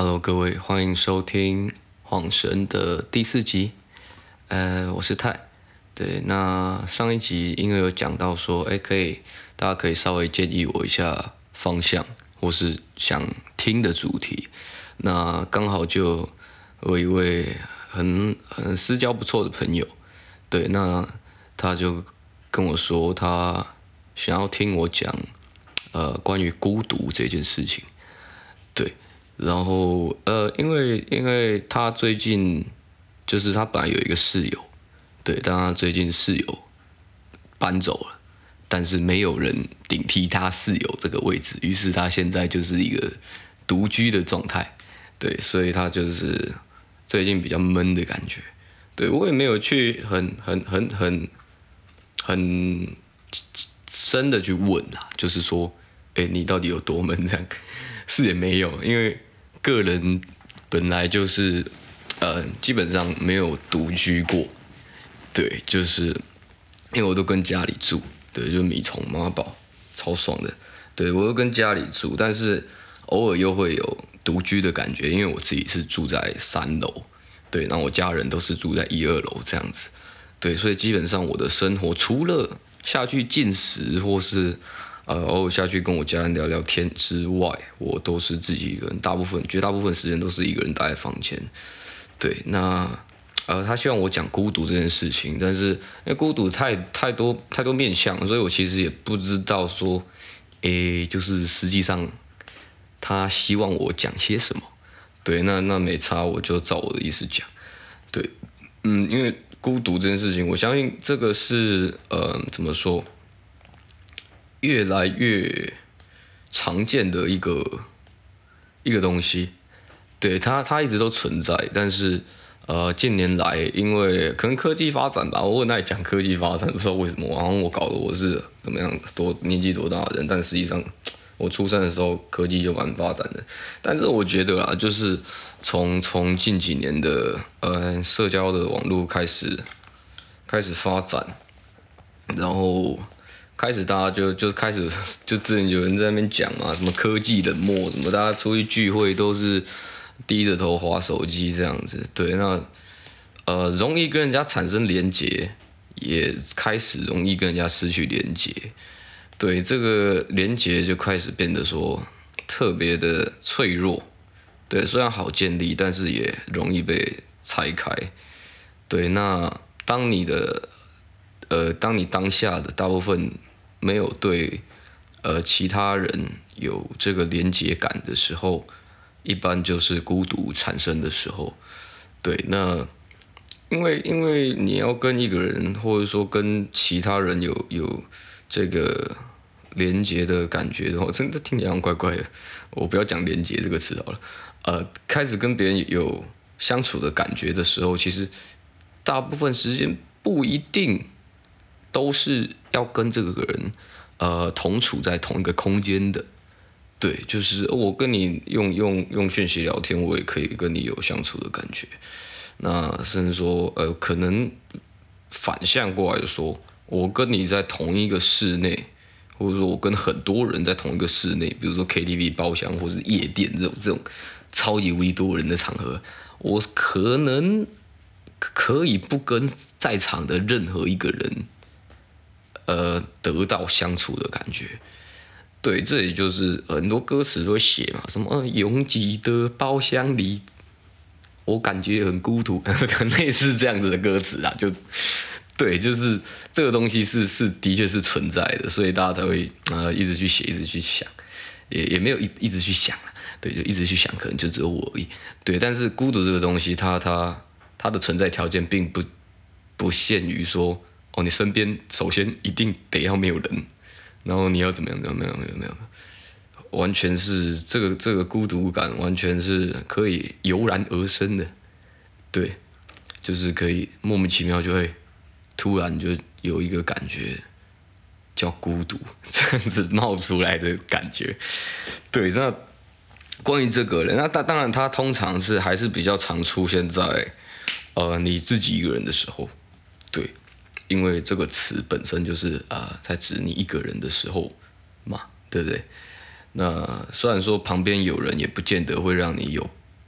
Hello，各位，欢迎收听晃神的第4集。我是泰。对，那上一集因为有讲到说，大家可以稍微建议我一下方向，或是想听的主题。那刚好就有一位很私交不错的朋友，对，那他就跟我说，他想要听我讲关于孤独这件事情。对。然后因为他最近就是他本来有一个室友，对，但他最近室友搬走了，但是没有人顶替他室友这个位置，于是他现在就是一个独居的状态，对，所以他就是最近比较闷的感觉，对，我也没有去很深的去问啊，就是说，你到底有多闷这样？是也没有，因为个人本来就是基本上没有独居过，对，就是因为我都跟家里住，对，就米虫妈宝，超爽的，对我都跟家里住，但是偶尔又会有独居的感觉，因为我自己是住在3楼，对，然后我家人都是住在1、2楼这样子，对，所以基本上我的生活除了下去进食或是偶尔下去跟我家人聊聊天之外，我都是自己一个人，绝大部分时间都是一个人待在房间。对，那他希望我讲孤独这件事情，但是因为孤独太多面向，所以我其实也不知道说，就是实际上他希望我讲些什么。对，那没差，我就照我的意思讲。对，因为孤独这件事情，我相信这个是怎么说？越来越常见的一个东西，对它一直都存在，但是近年来因为可能科技发展吧，我很爱讲科技发展，不知道为什么，好像我搞得我是怎么样年纪多大的人，但实际上我出生的时候科技就蛮发展的，但是我觉得啦，就是从近几年的社交的网络开始发展，然后开始大家就开始就之前有人在那边讲嘛，什么科技冷漠，什么大家出去聚会都是低着头滑手机这样子，对，那容易跟人家产生连结，也开始容易跟人家失去连结，对，这个连结就开始变得说特别的脆弱，对，虽然好建立，但是也容易被拆开，对，那当你当下的大部分没有对其他人有这个连结感的时候，一般就是孤独产生的时候。对，那因为你要跟一个人或者说跟其他人有这个连结的感觉的话，真的听起来怪怪的。我不要讲连结这个词好了。开始跟别人有相处的感觉的时候，其实大部分时间不一定都是要跟这个人同处在同一个空间的，对，就是我跟你用讯息聊天，我也可以跟你有相处的感觉。那甚至说可能反向过来说，我跟你在同一个室内，或者说我跟很多人在同一个室内，比如说 KTV 包厢或是夜店这种超级无敌多人的场合，我可能可以不跟在场的任何一个人得到相处的感觉。对，这也就是很多歌词都会写嘛，什么拥挤的包厢里，我感觉很孤独，类似这样子的歌词啊，对，就是这个东西是的确是存在的，所以大家才会一直去写，一直去想，也没有一直去想啊，对，就一直去想，可能就只有我而已，对，但是孤独这个东西，它的存在条件并不限于说，你身边首先一定得要没有人，然后你要怎么样？没有，完全是这个孤独感，完全是可以油然而生的，对，就是可以莫名其妙就会突然就有一个感觉叫孤独，这样子冒出来的感觉，对，那关于这个人，那当然他通常还是比较常出现在你自己一个人的时候，对。因为这个词本身就是在指你一个人的时候嘛，对不对？那虽然说旁边有人，也不见得会让你有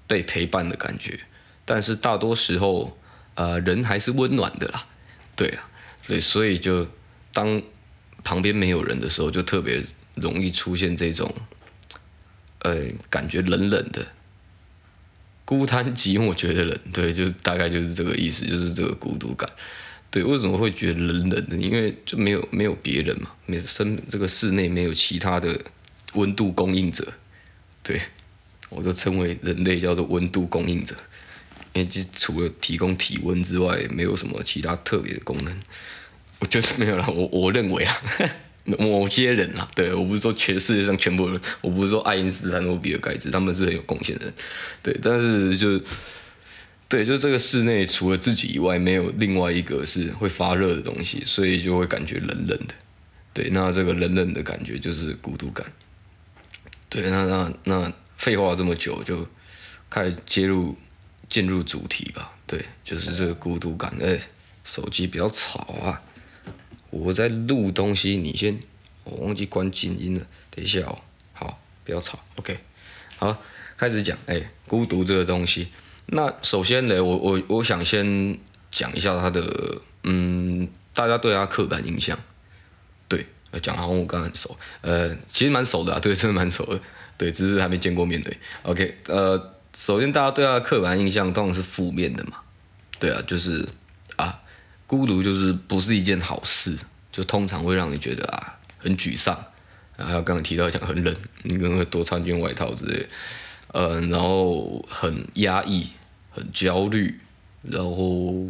被陪伴的感觉，但是大多时候，人还是温暖的啦，对啦，对，所以就当旁边没有人的时候，就特别容易出现这种，感觉冷冷的，孤单寂寞觉得冷，对，就是大概就是这个意思，就是这个孤独感。对，为什么会觉得冷冷的？因为就没有别人嘛，这个室内没有其他的温度供应者。对，我都称为人类叫做温度供应者，因为就除了提供体温之外，没有什么其他特别的功能。我就是没有了，我认为啊，某些人啊，对，我不是说全世界上全部人，我不是说爱因斯坦或比尔盖茨，他们是很有贡献的人，对，但是就这个室内除了自己以外，没有另外一个是会发热的东西，所以就会感觉冷冷的。对，那这个冷冷的感觉就是孤独感。对，那废话这么久，就开始进入主题吧。对，就是这个孤独感。手机不要吵啊！我在录东西，我忘记关静音了，等一下哦。好，不要吵。OK，好，开始讲。孤独这个东西。那首先呢，我想先讲一下它的，大家对它刻板印象。对，讲好像我刚刚很熟，其实蛮熟的啊，对，真的蛮熟的，对，只是还没见过面对。OK，首先大家对它的刻板印象通常是负面的嘛，对啊，就是孤独就是不是一件好事，就通常会让你觉得很沮丧，还有刚刚提到讲很冷，你可能会多穿件外套之类的，然后很压抑，很焦虑，然后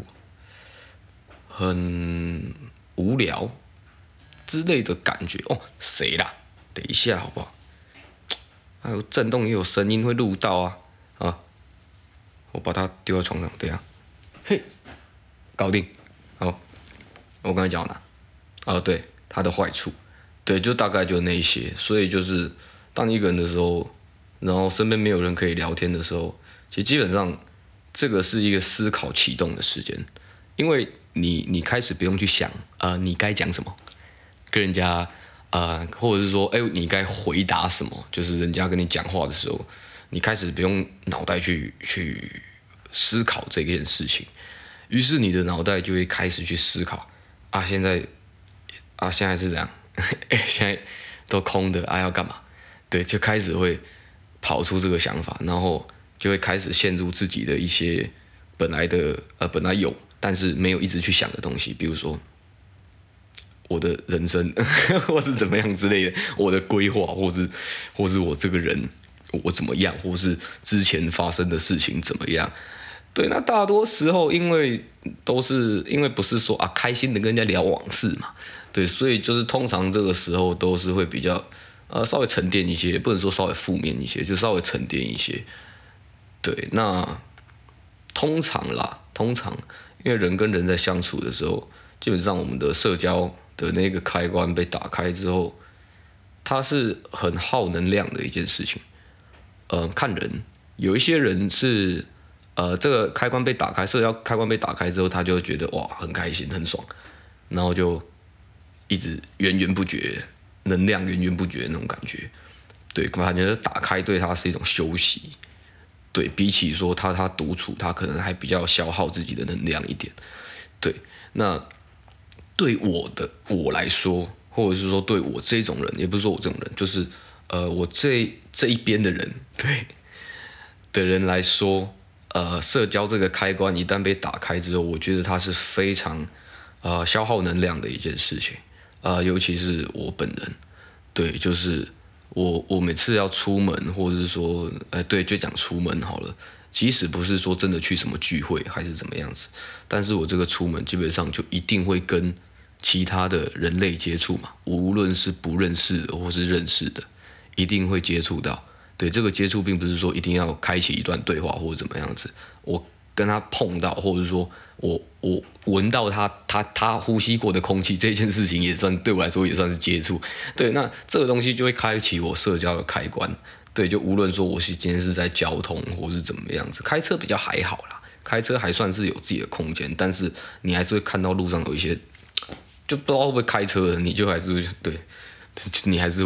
很无聊之类的感觉。谁啦？等一下好不好？还有震动也有声音会录到啊，我把它丢在床上，等一下，嘿，搞定。好，我刚才讲哪？对，它的坏处，对，就大概就那一些。所以就是当你一个人的时候，然后身边没有人可以聊天的时候，其实基本上这个是一个思考启动的时间，因为你开始不用去想你该讲什么，跟人家或者是说你该回答什么，就是人家跟你讲话的时候，你开始不用脑袋去思考这件事情。于是你的脑袋就会开始去思考现在是怎样？现在都空的要干嘛？对，就开始会跑出这个想法，然后就会开始陷入自己的一些本来有但是没有一直去想的东西，比如说我的人生或是怎么样之类的，我的规划，或是我这个人我怎么样，或是之前发生的事情怎么样。对，那大多时候因为不是说开心的跟人家聊往事嘛，对，所以就是通常这个时候都是会比较稍微沉淀一些，不能说稍微负面一些，就稍微沉淀一些。对，那通常因为人跟人在相处的时候，基本上我们的社交的那个开关被打开之后，它是很耗能量的一件事情。看人，有一些人是。这个开关被打开，社交开关被打开之后，他就会觉得哇很开心很爽，然后就一直源源不绝，能量源源不绝的那种感觉。对，反正打开对他是一种休息。对，比起说他独处，他可能还比较消耗自己的能量一点。对，那对我来说，或者是说对我这种人，也不是说我这种人，就是我这一边的人，对的人来说。社交这个开关一旦被打开之后，我觉得它是非常消耗能量的一件事情。尤其是我本人，对，就是我每次要出门，或者是说，对，就讲出门好了。即使不是说真的去什么聚会还是怎么样子，但是我这个出门基本上就一定会跟其他的人类接触嘛，无论是不认识的或是认识的，一定会接触到。对，这个接触并不是说一定要开启一段对话或者怎么样子，我跟他碰到，或者说我闻到他呼吸过的空气，这件事情也算对我来说也算是接触。对，那这个东西就会开启我社交的开关。对，就无论说我是今天是在交通或是怎么样子，开车比较还好啦，开车还算是有自己的空间，但是你还是会看到路上有一些就不知道会不会开车的，你就还是会对，你还是会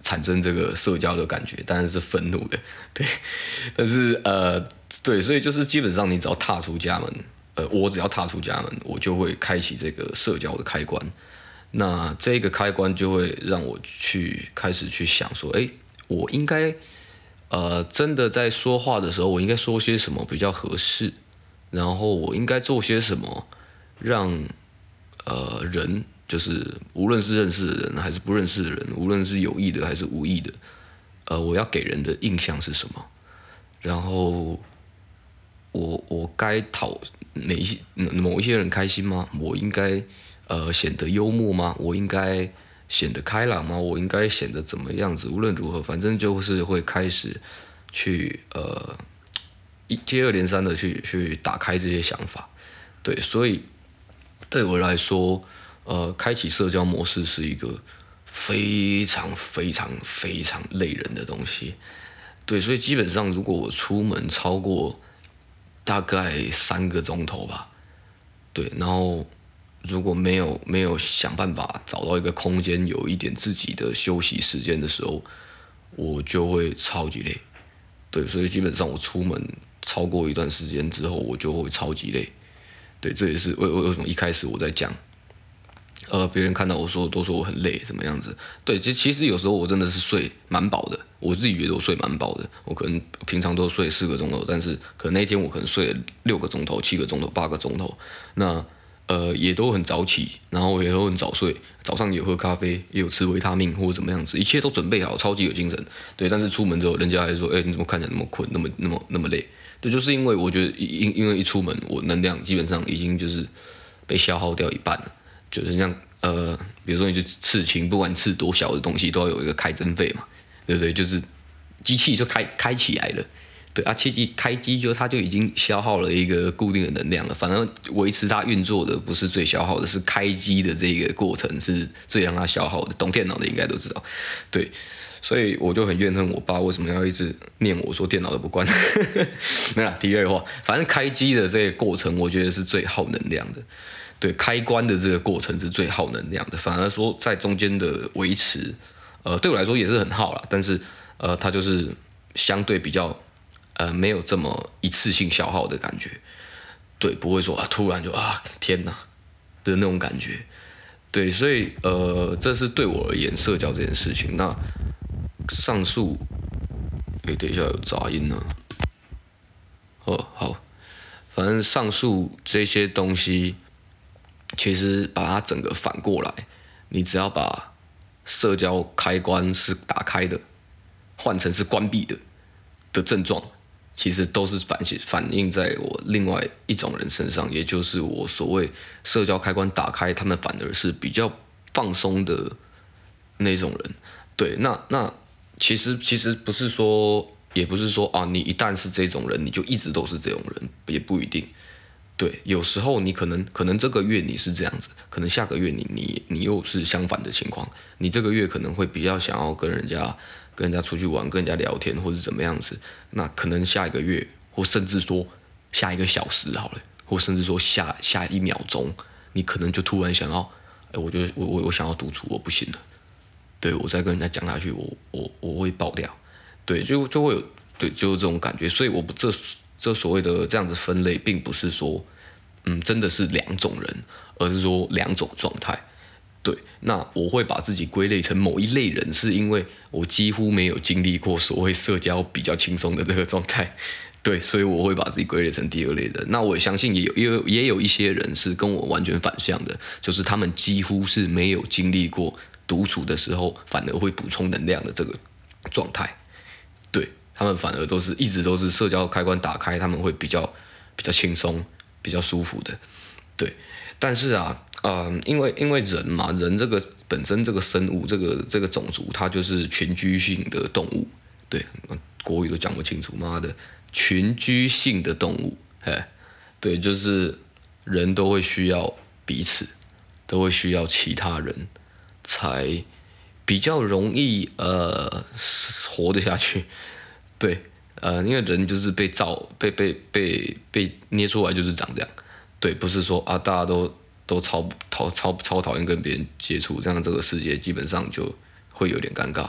产生这个社交的感觉，当然是愤怒的，对。但是对，所以就是基本上你只要踏出家门，我只要踏出家门，我就会开启这个社交的开关。那这个开关就会让我开始去想说，我应该真的在说话的时候，我应该说些什么比较合适，然后我应该做些什么让人，就是无论是认识的人还是不认识的人，无论是有意的还是无意的，我要给人的印象是什么？然后我该讨某一些人开心吗？我应该显得幽默吗？我应该显得开朗吗？我应该显得怎么样子？无论如何，反正就是会开始去接二连三的去打开这些想法。对，所以对我来说，开启社交模式是一个非常非常非常累人的东西。对，所以基本上如果我出门超过大概3个钟头吧，对，然后如果没有想办法找到一个空间，有一点自己的休息时间的时候，我就会超级累。对，所以基本上我出门超过一段时间之后，我就会超级累。对，这也是为什么一开始我在讲，别人看到我都说我很累，怎么样子？对，其实有时候我真的是睡蛮饱的，我自己觉得我睡蛮饱的。我可能平常都睡4个钟头，但是可能那一天我可能睡了6个钟头、7个钟头、8个钟头。那也都很早起，然后也都很早睡，早上也喝咖啡，也有吃维他命或者怎么样子，一切都准备好，超级有精神。对，但是出门之后，人家还说，你怎么看起来那么困，那么累？对，就是因为我觉得因为一出门，我能量基本上已经就是被消耗掉一半了。就是像比如说你去刺青，不管刺多小的东西，都要有一个开针费嘛，对不对？就是机器就开起来了。对啊，开机它就已经消耗了一个固定的能量了，反而维持它运作的不是最消耗的，是开机的这个过程是最让它消耗的。懂电脑的应该都知道，对，所以我就很怨恨我爸为什么要一直念我说电脑都不关。没啦，题外话，反正开机的这个过程，我觉得是最耗能量的。对，开关的这个过程是最耗能量的，反而说在中间的维持，对我来说也是很耗啦，但是它就是相对比较。没有这么一次性消耗的感觉，对，不会说突然就天哪的那种感觉，对，所以这是对我而言社交这件事情。那上述，等一下有杂音呢，好，反正上述这些东西，其实把它整个反过来，你只要把社交开关是打开的，换成是关闭的症状。其实都是反映在我另外一种人身上，也就是我所谓社交开关打开，他们反而是比较放松的那种人。对，那其实不是说，也不是说你一旦是这种人，你就一直都是这种人，也不一定。对，有时候你可能这个月你是这样子，可能下个月你又是相反的情况，你这个月可能会比较想要跟人家出去玩，跟人家聊天，或者怎么样子。那可能下一个月，或甚至说下一个小时好了，或甚至说下1秒钟，你可能就突然想要，我觉得我想要独处，我不行了。对，我再跟人家讲下去，我会爆掉。对，就会有对，就是这种感觉。所以这所谓的这样子分类，并不是说真的是2种人，而是说2种状态。对，那我会把自己归类成某一类人，是因为我几乎没有经历过所谓社交比较轻松的这个状态，对，所以我会把自己归类成第2类人。那我相信也有一些人是跟我完全反向的，就是他们几乎是没有经历过独处的时候，反而会补充能量的这个状态，对，他们反而一直都是社交开关打开，他们会比较轻松、比较舒服的，对。但是因为人嘛，人这个本身这个生物，这个种族，它就是群居性的动物。对，国语都讲不清楚，妈的，群居性的动物，对，就是人都会需要彼此，都会需要其他人，才比较容易活得下去。对，因为人就是被捏出来就是长这样。对，不是说大家都超讨厌跟别人接触，这样这个世界基本上就会有点尴尬。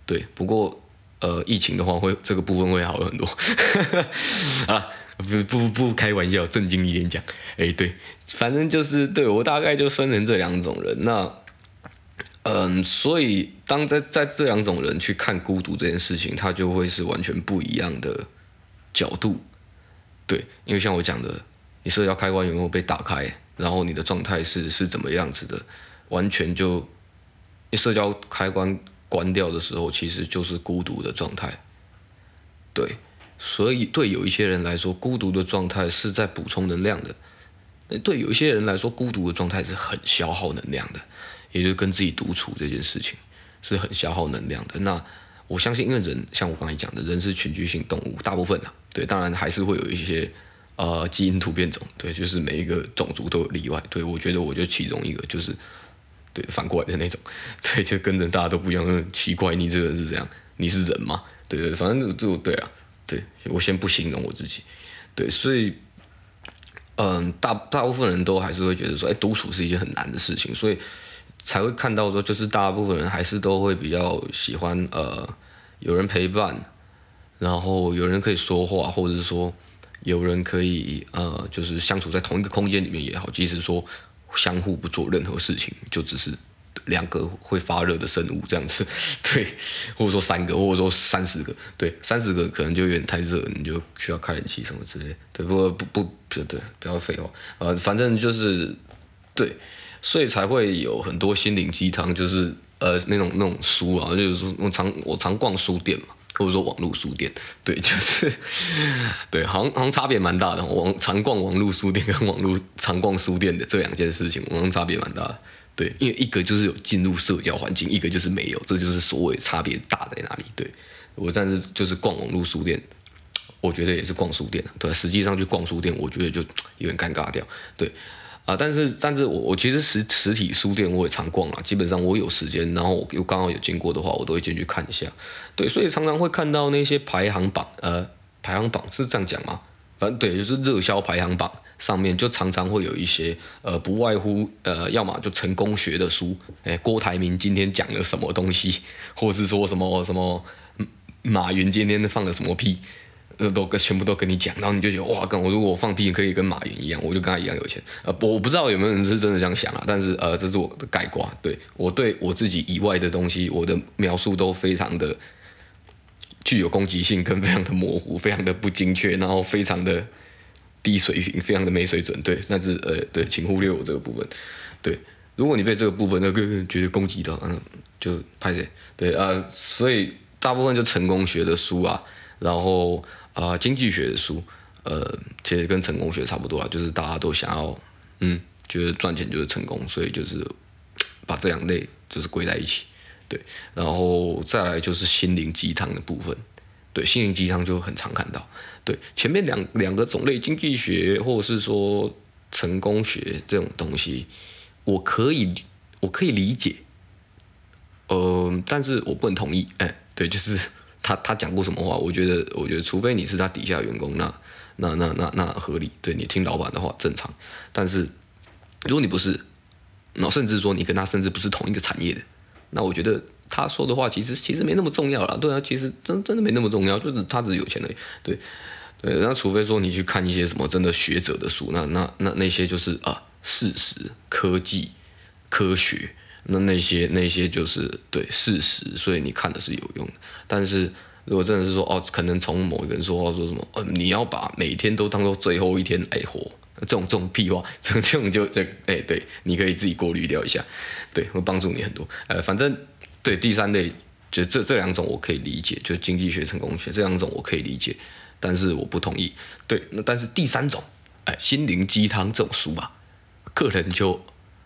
对，不过疫情的话这个部分会好很多啊。不开玩笑，正经一点讲，对，反正就是对我大概就分成这两种人。那所以当在这两种人去看孤独这件事情，它就会是完全不一样的角度。对，因为像我讲的，你社交开关有没有被打开，然后你的状态是怎么样子的，完全就你社交开关关掉的时候，其实就是孤独的状态。对。所以对有一些人来说，孤独的状态是在补充能量的；对有一些人来说，孤独的状态是很消耗能量的，也就是跟自己独处这件事情是很消耗能量的。那我相信，因为人像我刚才讲的，人是群居性动物，大部分对，当然还是会有一些基因突变种，对，就是每一个种族都有例外。对，我觉得我就其中一个，就是对反过来的那种，对，就跟人大家都不一样，很奇怪，你这个人是怎样？你是人吗？对，反正就对啊。对，我先不形容我自己，对，所以，大部分人都还是会觉得说，独处是一件很难的事情，所以才会看到说，就是大部分人还是都会比较喜欢有人陪伴，然后有人可以说话，或者是说有人可以就是相处在同一个空间里面也好，即使说相互不做任何事情，就只是两个会发热的生物这样子，对，或者说3个，或者说30个，对，30个可能就有点太热，你就需要开冷气什么之类，对，对，不要废话，反正就是对，所以才会有很多心灵鸡汤，就是那种书啊，就是说我常逛书店嘛。或者说网络书店，对，就是对，好像差别蛮大的。常逛网络书店跟常逛书店的这两件事情，好像差别蛮大的。对，因为一个就是有进入社交环境，一个就是没有，这就是所谓差别大在哪里。对，但是就是逛网络书店，我觉得也是逛书店，对，实际上去逛书店，我觉得就有点尴尬掉。对。但是我其实实体书店我也常逛啊，基本上我有时间，然后我又刚好有经过的话，我都会进去看一下。对，所以常常会看到那些排行榜是这样讲吗？反正对，就是热销排行榜上面就常常会有一些不外乎要么就成功学的书，郭台铭今天讲了什么东西，或是说什么马云今天放了什么屁。全部都跟你讲，然后你就觉得哇，我如果我放屁可以跟马云一样，我就跟他一样有钱。我不知道有没有人是真的这样想啊，但是这是我的概括。对我自己以外的东西，我的描述都非常的具有攻击性，跟非常的模糊，非常的不精确，然后非常的低水平，非常的没水准。对，但是对，请忽略我这个部分。对，如果你被这个部分觉得攻击到，就拍谁？对所以大部分就成功学的书啊，然后。经济学的书，其实跟成功学差不多啊，就是大家都想要，觉得赚钱就是成功，所以就是把这两类就是归在一起，对，然后再来就是心灵鸡汤的部分，对，心灵鸡汤就很常看到，对，前面两个种类，经济学或者是说成功学这种东西，我可以理解，但是我不能同意，对，就是。他讲过什么话？我觉得，除非你是他底下员工，那合理。对，你听老板的话正常。但是如果你不是，甚至说你跟他甚至不是同一个产业的，那我觉得他说的话其实没那么重要啦。对啊，其实真的没那么重要，就是他只是有钱而已。对，那除非说你去看一些什么真的学者的书，那些就是事实、科技、科学。那些就是对事实，所以你看的是有用的。但是如果真的是说可能从某一个人说话说什么，你要把每天都当做最后一天来活，这种屁话，这种就对，你可以自己过滤掉一下，对，会帮助你很多。反正对第三类，就这两种我可以理解，就经济学、成功学这两种我可以理解，但是我不同意。对，但是第三种，心灵鸡汤这种书啊，个人就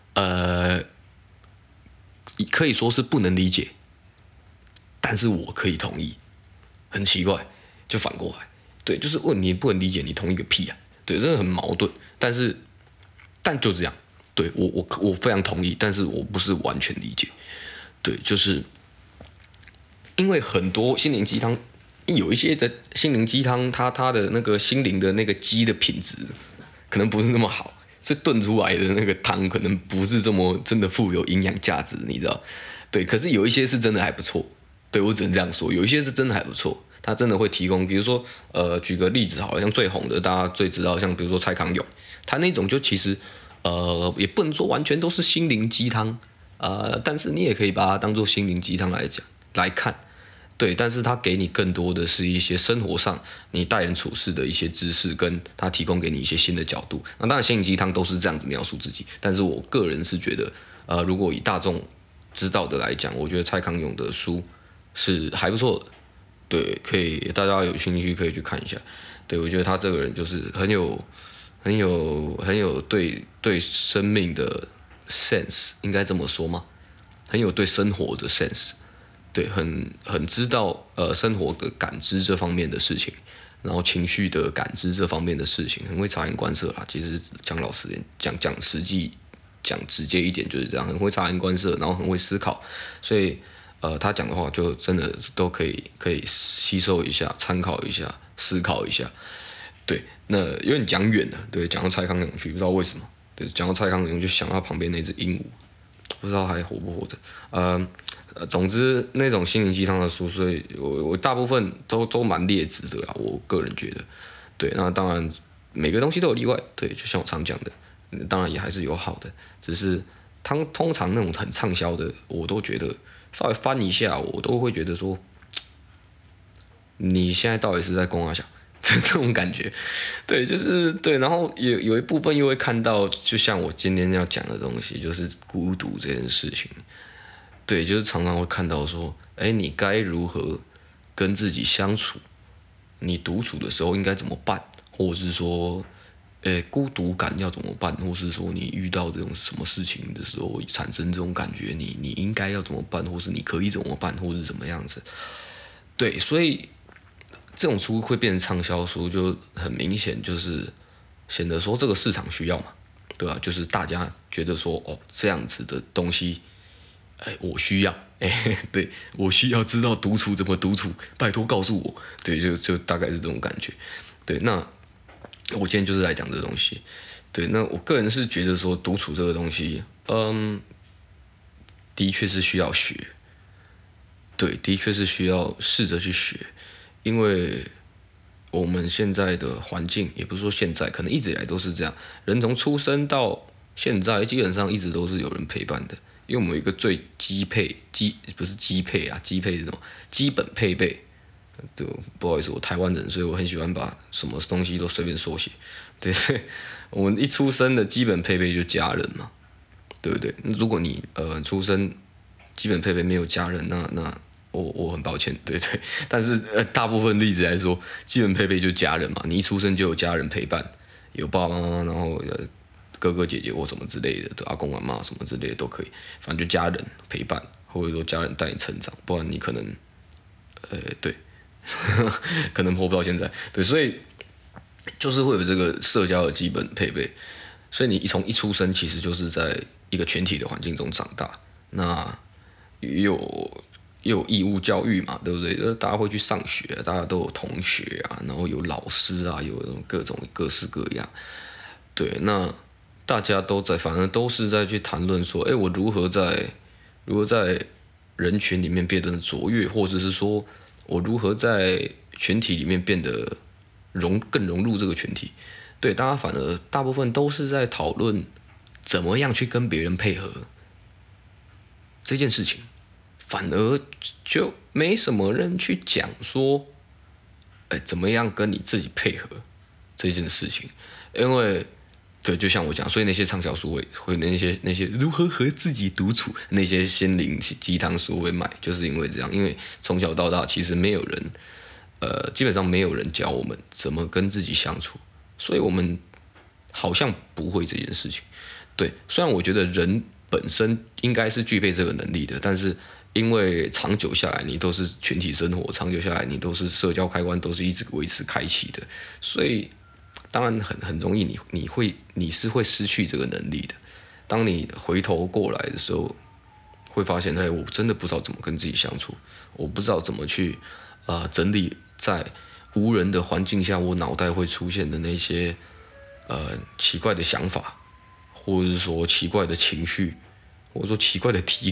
可以说是不能理解，但是我可以同意，很奇怪，就反过来，对，就是问你不能理解，你同意个屁啊，对，真的很矛盾，但就这样，对我非常同意，但是我不是完全理解，对，就是因为很多心灵鸡汤，有一些的心灵鸡汤，它的那个心灵的那个鸡的品质可能不是那么好。所以炖出来的那个汤可能不是这么真的富有营养价值，你知道？对，可是有一些是真的还不错， 对我只能这样说，有一些是真的还不错，他真的会提供，比如说举个例子好了，像最红的大家最知道，像比如说蔡康永，他那种就其实也不能说完全都是心灵鸡汤，但是你也可以把它当做心灵鸡汤来讲来看。对，但是他给你更多的是一些生活上你待人处事的一些知识，跟他提供给你一些新的角度。那当然，心灵鸡汤都是这样子描述自己，但是我个人是觉得，如果以大众知道的来讲，我觉得蔡康永的书是还不错的。对，可以大家有兴趣可以去看一下。对，我觉得他这个人就是很有对生命的 sense， 应该这么说吗？很有对生活的 sense。对，很知道生活的感知这方面的事情，然后情绪的感知这方面的事情，很会察言观色啦。其实讲老实点，讲实际，讲直接一点就是这样，很会察言观色，然后很会思考，所以他讲的话就真的都可以吸收一下，参考一下，思考一下。对，那有点讲远了，对，讲到蔡康永去，不知道为什么，对，讲到蔡康永就想到旁边那只鹦鹉，不知道还活不活着，总之那种心灵鸡汤的书，所以我大部分都蛮劣质的啦，我个人觉得。对，那当然每个东西都有例外，对，就像我常讲的，当然也还是有好的，只是通常那种很畅销的，我都觉得稍微翻一下，我都会觉得说，你现在到底是在攻啥小？这种感觉，对，就是对，然后有一部分又会看到，就像我今天要讲的东西，就是孤独这件事情。对，就是常常会看到说，哎，你该如何跟自己相处？你独处的时候应该怎么办？或者是说，孤独感要怎么办？或是说你遇到这种什么事情的时候产生这种感觉，你应该要怎么办？或是你可以怎么办？或是怎么样子？对，所以这种书会变成畅销书，就很明显就是显得说这个市场需要嘛，对吧？就是大家觉得说，哦，这样子的东西。我需要，对，我需要知道独处怎么独处，拜托告诉我，对，就大概是这种感觉，对，那我今天就是来讲这个东西，对，那我个人是觉得说独处这个东西，的确是需要学，对，的确是需要试着去学，因为我们现在的环境，也不是说现在，可能一直以来都是这样，人从出生到现在，基本上一直都是有人陪伴的。因为我们有一个最不是基配啊，基配是什么？基本配备。对，不好意思，我台湾人，所以我很喜欢把什么东西都随便缩写。对，所以我们一出生的基本配备就家人嘛，对不对？如果你出生基本配备没有家人，那我很抱歉，对对。但是大部分例子来说，基本配备就家人嘛，你一出生就有家人陪伴，有爸爸妈妈，然后哥哥姐姐或什么之类的，阿公阿妈什么之类的都可以，反正就家人陪伴，或者说家人带你成长，不然你可能，对，可能活不到现在，对，所以就是会有这个社交的基本配备，所以你从一出生其实就是在一个群体的环境中长大，那又有义务教育嘛，对不对？大家会去上学，大家都有同学啊，然后有老师啊，有各种各式各样，对，那。大家都在，反正都是在去谈论说，我如何在人群里面变得卓越，或者是说我如何在群体里面变得更融入这个群体。对，大家反而大部分都是在讨论怎么样去跟别人配合这件事情，反而就没什么人去讲说，怎么样跟你自己配合这件事情，因为。对，就像我讲，所以那些畅销书会那些如何和自己独处那些心灵鸡汤书会卖，就是因为这样，因为从小到大其实没有人，基本上没有人教我们怎么跟自己相处，所以我们好像不会这件事情。对，虽然我觉得人本身应该是具备这个能力的，但是因为长久下来你都是群体生活，长久下来你都是社交开关都是一直维持开启的，所以。当然很容易你是会失去这个能力的。当你回头过来的时候，会发现，我真的不知道怎么跟自己相处，我不知道怎么去整理在无人的环境下，我脑袋会出现的那些奇怪的想法，或者是说奇怪的情绪，或者说奇怪的体感，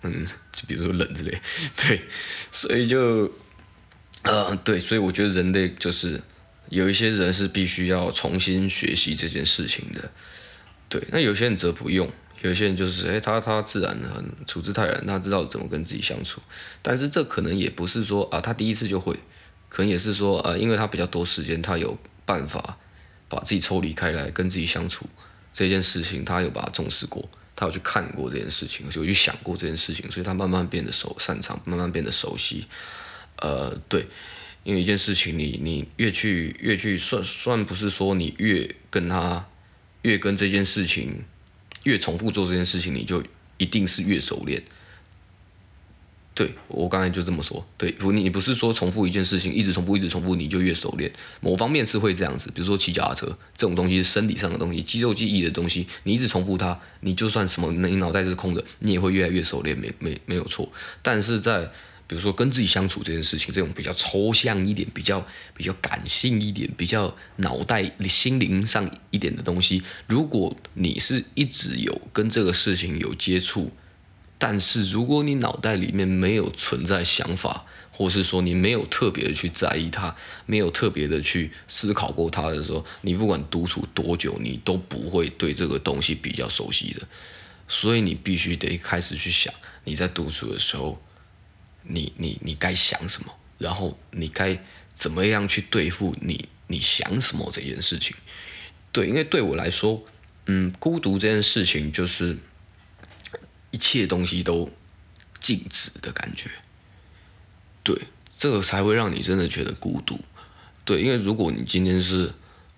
就比如说冷之类，对，所以就对，所以我觉得人类就是有一些人是必须要重新学习这件事情的，对，那有些人则不用。有些人就是他自然很处之泰然，他知道怎么跟自己相处，但是这可能也不是说他第一次就会，可能也是说因为他比较多时间，他有办法把自己抽离开来跟自己相处这件事情，他有把它重视过，他有去看过这件事情，有去想过这件事情，所以他慢慢变得擅长，慢慢变得熟悉。对，因为一件事情你越去算不是说你越跟这件事情越重复做这件事情，你就一定是越熟练。对，我刚才就这么说，对，你不是说重复一件事情，一直重复，一直重复，你就越熟练。某方面是会这样子，比如说骑脚踏车这种东西是生理上的东西，肌肉记忆的东西，你一直重复它，你就算什么你脑袋是空的，你也会越来越熟练，没有错。但是在比如说跟自己相处这件事情，这种比较抽象一点、比较感性一点、比较脑袋心灵上一点的东西，如果你是一直有跟这个事情有接触。但是如果你脑袋里面没有存在想法，或是说你没有特别的去在意它，没有特别的去思考过它的时候，你不管独处多久，你都不会对这个东西比较熟悉的。所以你必须得开始去想，你在独处的时候，你该想什么，然后你该怎么样去对付你想什么这件事情。对，因为对我来说，孤独这件事情就是一切东西都静止的感觉。对，这个才会让你真的觉得孤独。对，因为如果你今天是，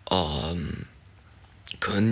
可能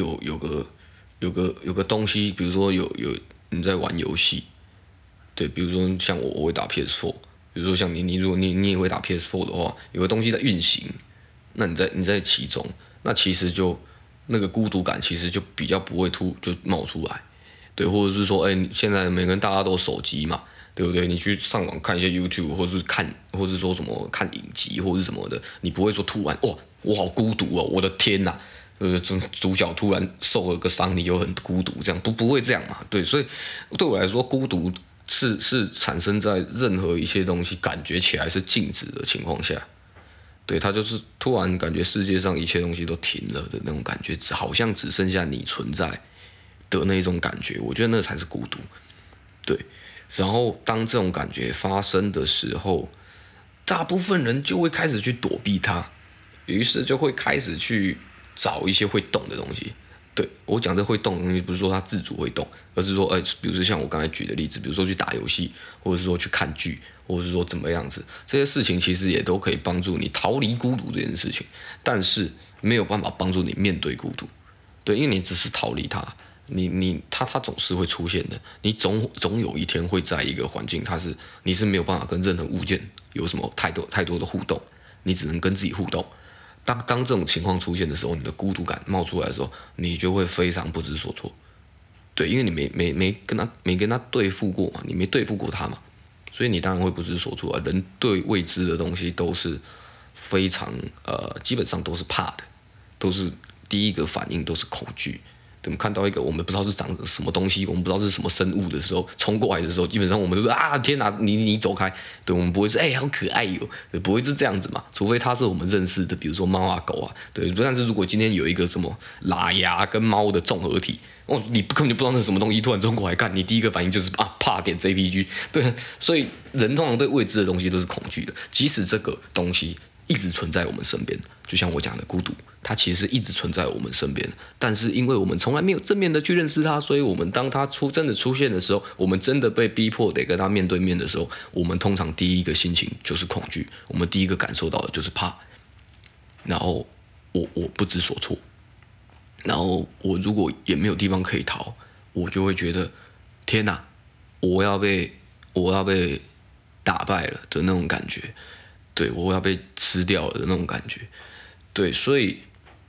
有个东西，比如说你在玩游戏，对，比如说像我会打 PS4，比如说像你如果你也会打 PS4的话，有个东西在运行，那你在其中，那其实就那个孤独感其实就比较不会就冒出来。对，或者是说，现在每个人大家都手机嘛，对不对？你去上网看一些 YouTube，或是或是说什么看影集或是什么的，你不会说突然哇，我好孤独哦，我的天哪！主角突然受了个伤，你又很孤独，这样不会这样嘛？对，所以对我来说，孤独是产生在任何一些东西感觉起来是静止的情况下，对，它就是突然感觉世界上一切东西都停了的那种感觉，好像只剩下你存在的那种感觉，我觉得那才是孤独。对，然后当这种感觉发生的时候，大部分人就会开始去躲避它，于是就会开始去找一些会动的东西。对，我讲这会动的东西，不是说它自主会动，而是说，比如说像我刚才举的例子，比如说去打游戏，或者是说去看剧，或者是说怎么样子，这些事情其实也都可以帮助你逃离孤独这件事情，但是没有办法帮助你面对孤独。对，因为你只是逃离它，它总是会出现的，你总有一天会在一个环境，你是没有办法跟任何物件有什么太多的互动，你只能跟自己互动。当这种情况出现的时候，你的孤独感冒出来的时候，你就会非常不知所措。对，因为你没跟他对付过嘛，你没对付过他嘛，所以你当然会不知所措啊。人对未知的东西都是非常基本上都是怕的，都是第一个反应都是恐惧。我们看到一个我们不知道是长什么东西，我们不知道是什么生物的时候，冲过来的时候，基本上我们都说天哪，你走开！对，我们不会说好可爱哟，不会是这样子嘛？除非它是我们认识的，比如说猫啊狗啊，对。但是如果今天有一个什么喇牙跟猫的综合体，你根本就不知道那是什么东西，突然冲过来看，你第一个反应就是怕点 JPG，对。所以人通常对未知的东西都是恐惧的，即使这个东西一直存在我们身边，就像我讲的孤独，它其实一直存在我们身边，但是因为我们从来没有正面的去认识它，所以我们当它真的出现的时候，我们真的被逼迫得跟它面对面的时候，我们通常第一个心情就是恐惧，我们第一个感受到的就是怕，然后我不知所措，然后我如果也没有地方可以逃，我就会觉得天哪，我要被打败了的那种感觉。对，我要被吃掉了的那种感觉。对，所以，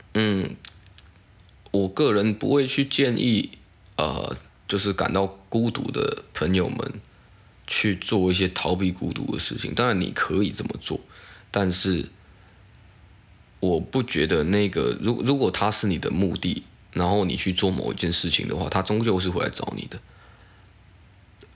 我个人不会去建议，就是感到孤独的朋友们去做一些逃避孤独的事情。当然，你可以这么做，但是我不觉得那个，如果他是你的目的，然后你去做某一件事情的话，他终究是会来找你的。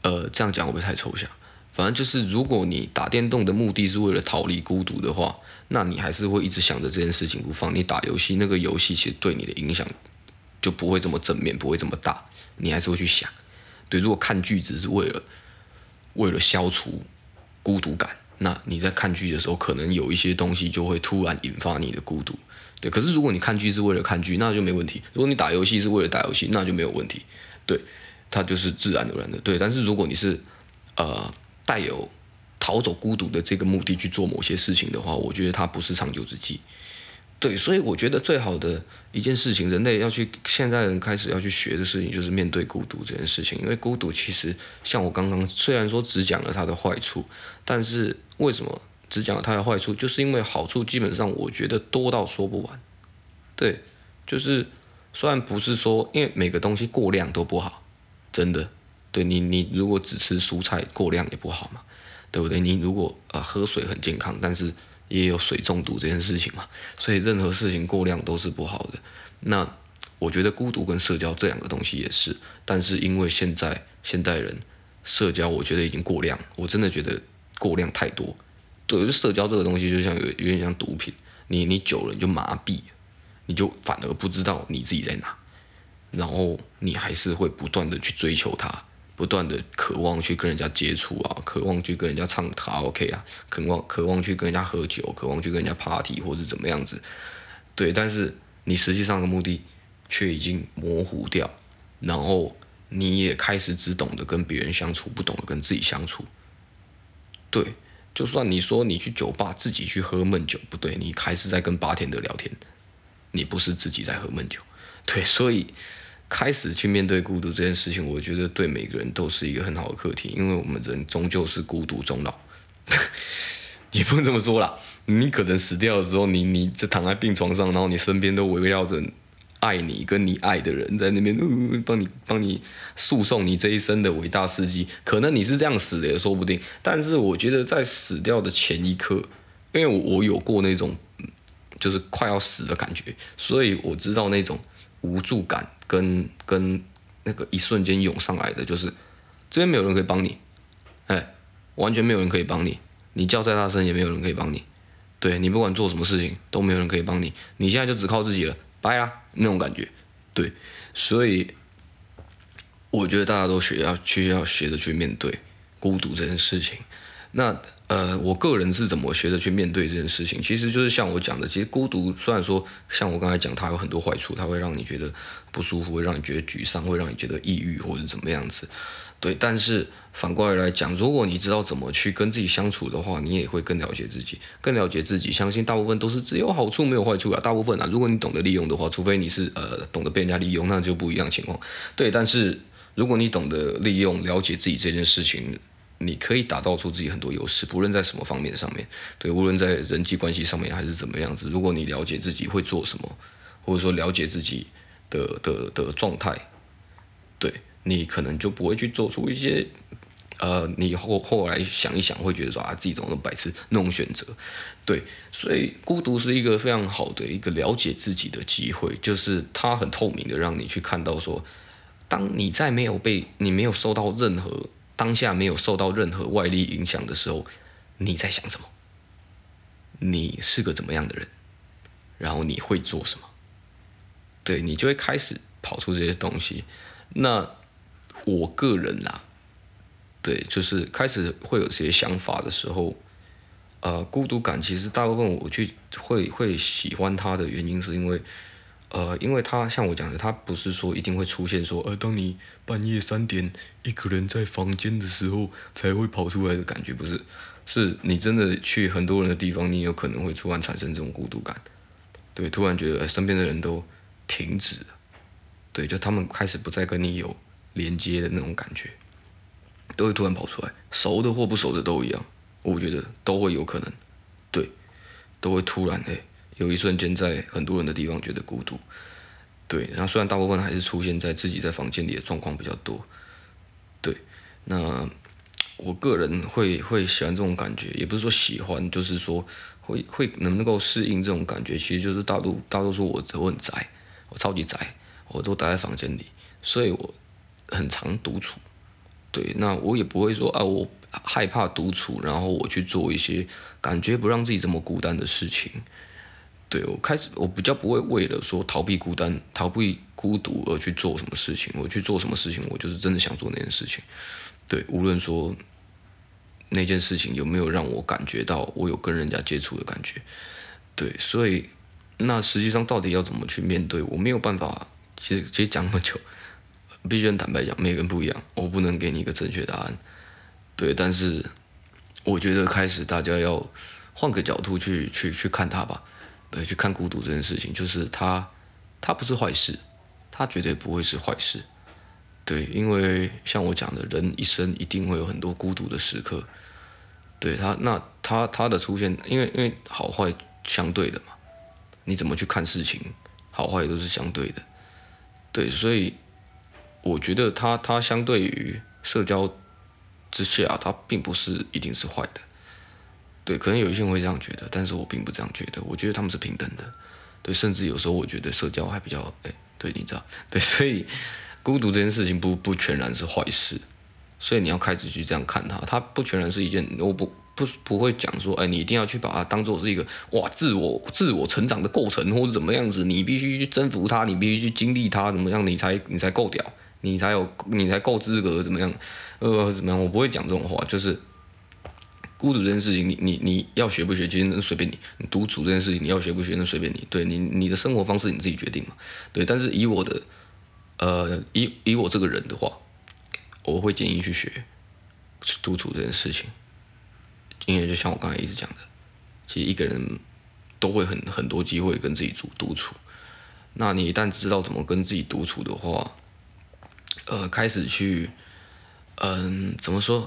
这样讲会不会太抽象？反正就是，如果你打电动的目的是为了逃离孤独的话，那你还是会一直想着这件事情不放。你打游戏，那个游戏其实对你的影响就不会这么正面，不会这么大，你还是会去想。对，如果看剧只是为了消除孤独感，那你在看剧的时候，可能有一些东西就会突然引发你的孤独。对，可是如果你看剧是为了看剧，那就没问题；如果你打游戏是为了打游戏，那就没有问题。对，它就是自然而然的。对，但是如果你是带有逃走孤独的这个目的去做某些事情的话，我觉得它不是长久之计。对，所以我觉得最好的一件事情，人类现在人开始要去学的事情，就是面对孤独这件事情。因为孤独其实像我刚刚虽然说只讲了它的坏处，但是为什么只讲了它的坏处？就是因为好处基本上我觉得多到说不完。对，就是虽然不是说，因为每个东西过量都不好，真的。对你如果只吃蔬菜过量也不好嘛，对不对？你如果喝水很健康，但是也有水中毒这件事情嘛，所以任何事情过量都是不好的。那我觉得孤独跟社交这两个东西也是，但是因为现代人社交，我觉得已经过量，我真的觉得过量太多。对，就社交这个东西就像有点像毒品，你久了你就麻痹，你就反而不知道你自己在哪，然后你还是会不断的去追求它。不断的渴望去跟人家接触啊，渴望去跟人家唱卡拉 OK 啊，渴望去跟人家喝酒，渴望去跟人家 party 或是怎么样子，对，但是你实际上的目的却已经模糊掉，然后你也开始只懂得跟别人相处，不懂得跟自己相处，对，就算你说你去酒吧自己去喝闷酒，不对，你还是在跟八天的聊天，你不是自己在喝闷酒，对，所以。开始去面对孤独这件事情，我觉得对每个人都是一个很好的课题，因为我们人终究是孤独终老，也不能这么说啦。你可能死掉的时候，你在躺在病床上，然后你身边都围绕着爱你跟你爱的人在那边，帮你诉讼你这一生的伟大事迹。可能你是这样死的也说不定，但是我觉得在死掉的前一刻，因为我有过那种就是快要死的感觉，所以我知道那种无助感。跟那个一瞬间涌上来的，就是这边没有人可以帮你，完全没有人可以帮你，你叫再大声也没有人可以帮你，对你不管做什么事情都没有人可以帮你，你现在就只靠自己了，拜啦那种感觉，对，所以我觉得大家都要学着去面对孤独这件事情。那我个人是怎么学着去面对这件事情？其实就是像我讲的，其实孤独虽然说像我刚才讲，它有很多坏处，它会让你觉得不舒服，会让你觉得沮丧，会让你觉得抑郁或者怎么样子。对，但是反过来讲，如果你知道怎么去跟自己相处的话，你也会更了解自己，更了解自己。相信大部分都是只有好处没有坏处啊，大部分啊，如果你懂得利用的话，除非你是懂得被人家利用，那就不一样的情况。对，但是如果你懂得利用、了解自己这件事情，你可以打造出自己很多优势，不论在什么方面上面，对，无论在人际关系上面还是怎么样子。如果你了解自己会做什么，或者说了解自己的状态，对你可能就不会去做出一些你后来想一想会觉得说自己怎么那么白痴那种选择，对，所以孤独是一个非常好的一个了解自己的机会，就是它很透明的让你去看到说，当你在你没有受到任何当下没有受到任何外力影响的时候，你在想什么？你是个怎么样的人？然后你会做什么？对，你就会开始跑出这些东西。那我个人啦，对，就是开始会有这些想法的时候，孤独感其实大部分我会喜欢它的原因是因为它像我讲的，它不是说一定会出现说，当你半夜3点一个人在房间的时候才会跑出来的感觉，不是，是你真的去很多人的地方，你有可能会突然产生这种孤独感，对，突然觉得身边的人都停止了，对，就他们开始不再跟你有连接的那种感觉，都会突然跑出来，熟的或不熟的都一样，我觉得都会有可能，对，都会突然有一瞬间在很多人的地方觉得孤独，对，然后虽然大部分还是出现在自己在房间里的状况比较多，对，那我个人会喜欢这种感觉，也不是说喜欢，就是说会能够适应这种感觉，其实就是大多数我很宅，我超级宅，我都待在房间里，所以我很常独处， 对，那我也不会说啊，我害怕独处，然后我去做一些感觉不让自己这么孤单的事情。对，我比较不会为了说逃避孤单、逃避孤独而去做什么事情。我去做什么事情，我就是真的想做那件事情。对，无论说那件事情有没有让我感觉到我有跟人家接触的感觉。对，所以那实际上到底要怎么去面对，我没有办法。其实讲那么久，必须很坦白讲，每个人不一样，我不能给你一个正确答案。对，但是我觉得开始大家要换个角度去看它吧。对，去看孤独这件事情，就是它不是坏事，它绝对不会是坏事。对，因为像我讲的，人一生一定会有很多孤独的时刻。对它的出现，因为好坏相对的嘛，你怎么去看事情，好坏都是相对的。对，所以我觉得它相对于社交之下，它并不是一定是坏的。对，可能有一些人会这样觉得，但是我并不这样觉得。我觉得他们是平等的。对，甚至有时候我觉得社交还比较，对，你知道，对，所以孤独这件事情不全然是坏事，所以你要开始去这样看它，它不全然是一件，我不会讲说，你一定要去把它当做是一个自我成长的过程，或者怎么样子，你必须去征服它，你必须去经历它，怎么样，你才够屌，你才够资格，怎么样，怎么样，我不会讲这种话，就是孤独这件事情，你要学不学，其实那随便你。你独处这件事情，你要学不学，那随便你。对你的生活方式你自己决定嘛。对，但是以我这个人的话，我会建议去学独处这件事情，因为就像我刚才一直讲的，其实一个人都会很多机会跟自己独处。那你一旦知道怎么跟自己独处的话，开始去，怎么说，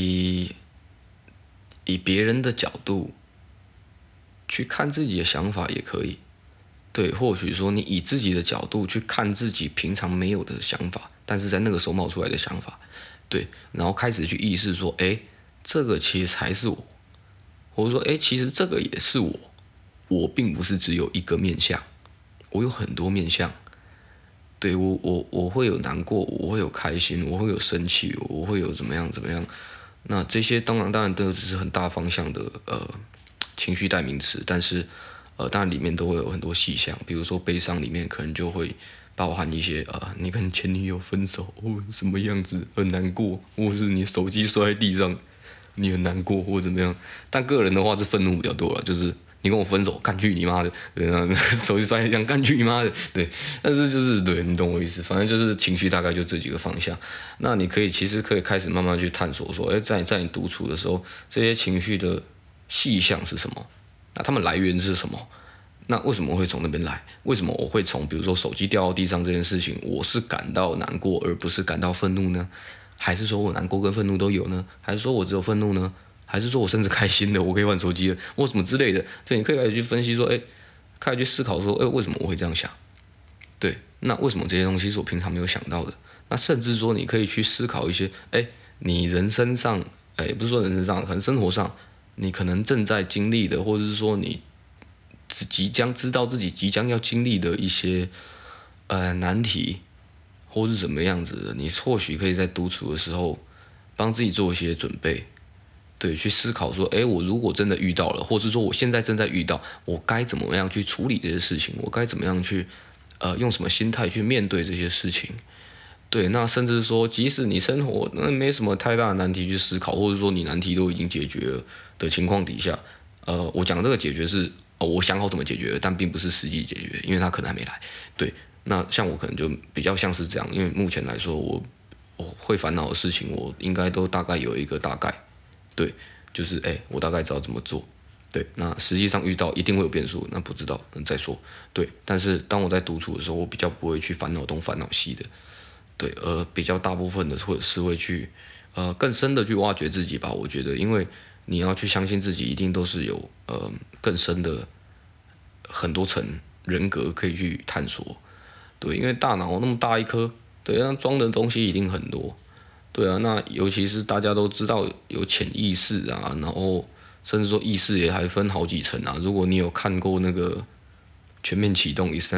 以别人的角度去看自己的想法也可以。对，或许说你以自己的角度去看自己平常没有的想法，但是在那个时候冒出来的想法。对，然后开始去意识说，这个其实才是我，或者说，其实这个也是我，我并不是只有一个面相，我有很多面相。对，我会有难过，我会有开心，我会有生气，我会有怎么样怎么样。那这些当然都只是很大方向的情绪代名词，但是当然里面都会有很多细项，比如说悲伤里面可能就会包含一些你跟前女友分手什么样子很难过，或是你手机摔在地上你很难过或怎么样。但个人的话是愤怒比较多了，就是你跟我分手，干去你妈的！对，手机摔在地上，干去你妈的！对，但是就是对你懂我意思，反正就是情绪大概就这几个方向。那你其实可以开始慢慢去探索说，在你独处的时候，这些情绪的细项是什么？那它们来源是什么？那为什么会从那边来？为什么我会从比如说手机掉到地上这件事情，我是感到难过而不是感到愤怒呢？还是说我难过跟愤怒都有呢？还是说我只有愤怒呢？还是说我甚至开心的，我可以换手机了，或什么之类的？所以你可以开始去分析说，开始去思考说，为什么我会这样想？对，那为什么这些东西是我平常没有想到的？那甚至说你可以去思考一些，你人生上，不是说人生上，可能生活上，你可能正在经历的，或者是说你即将知道自己即将要经历的一些难题，或是怎么样子的，你或许可以在独处的时候帮自己做一些准备。对，去思考说，我如果真的遇到了，或者说我现在正在遇到，我该怎么样去处理这些事情？我该怎么样去，用什么心态去面对这些事情？对，那甚至说，即使你生活那没什么太大的难题去思考，或者说你难题都已经解决了的情况底下，我讲这个解决是，我想好怎么解决，但并不是实际解决，因为他可能还没来。对，那像我可能就比较像是这样，因为目前来说，我会烦恼的事情，我应该都大概有一个大概。对，就是我大概知道怎么做。对，那实际上遇到一定会有变数，那不知道再说。对，但是当我在独处的时候，我比较不会去烦恼东烦恼西的。对，比较大部分的或者是会去更深的去挖掘自己吧。我觉得，因为你要去相信自己，一定都是有更深的很多层人格可以去探索。对，因为大脑那么大一颗，对，那装的东西一定很多。对啊，那尤其是大家都知道有潜意识啊，然后甚至说意识也还分好几层啊。如果你有看过那个全面启动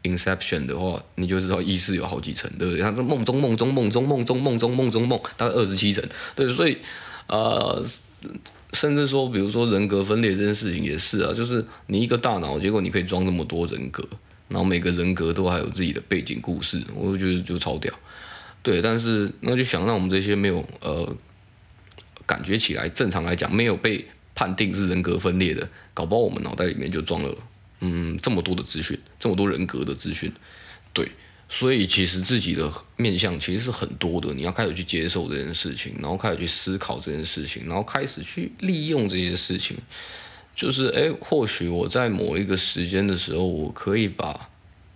Inception 的话，你就知道意识有好几层，对不对？它是梦中梦中梦中梦中梦中梦中梦，大概27层，对，所以甚至说，比如说人格分裂这件事情也是啊，就是你一个大脑，结果你可以装那么多人格，然后每个人格都还有自己的背景故事，我觉得就超屌。对，但是那就想让我们这些没有感觉起来正常来讲没有被判定是人格分裂的，搞不好我们脑袋里面就装了这么多的资讯，这么多人格的资讯，对，所以其实自己的面向其实是很多的，你要开始去接受这件事情，然后开始去思考这件事情，然后开始去利用这些事情，就是或许我在某一个时间的时候，我可以把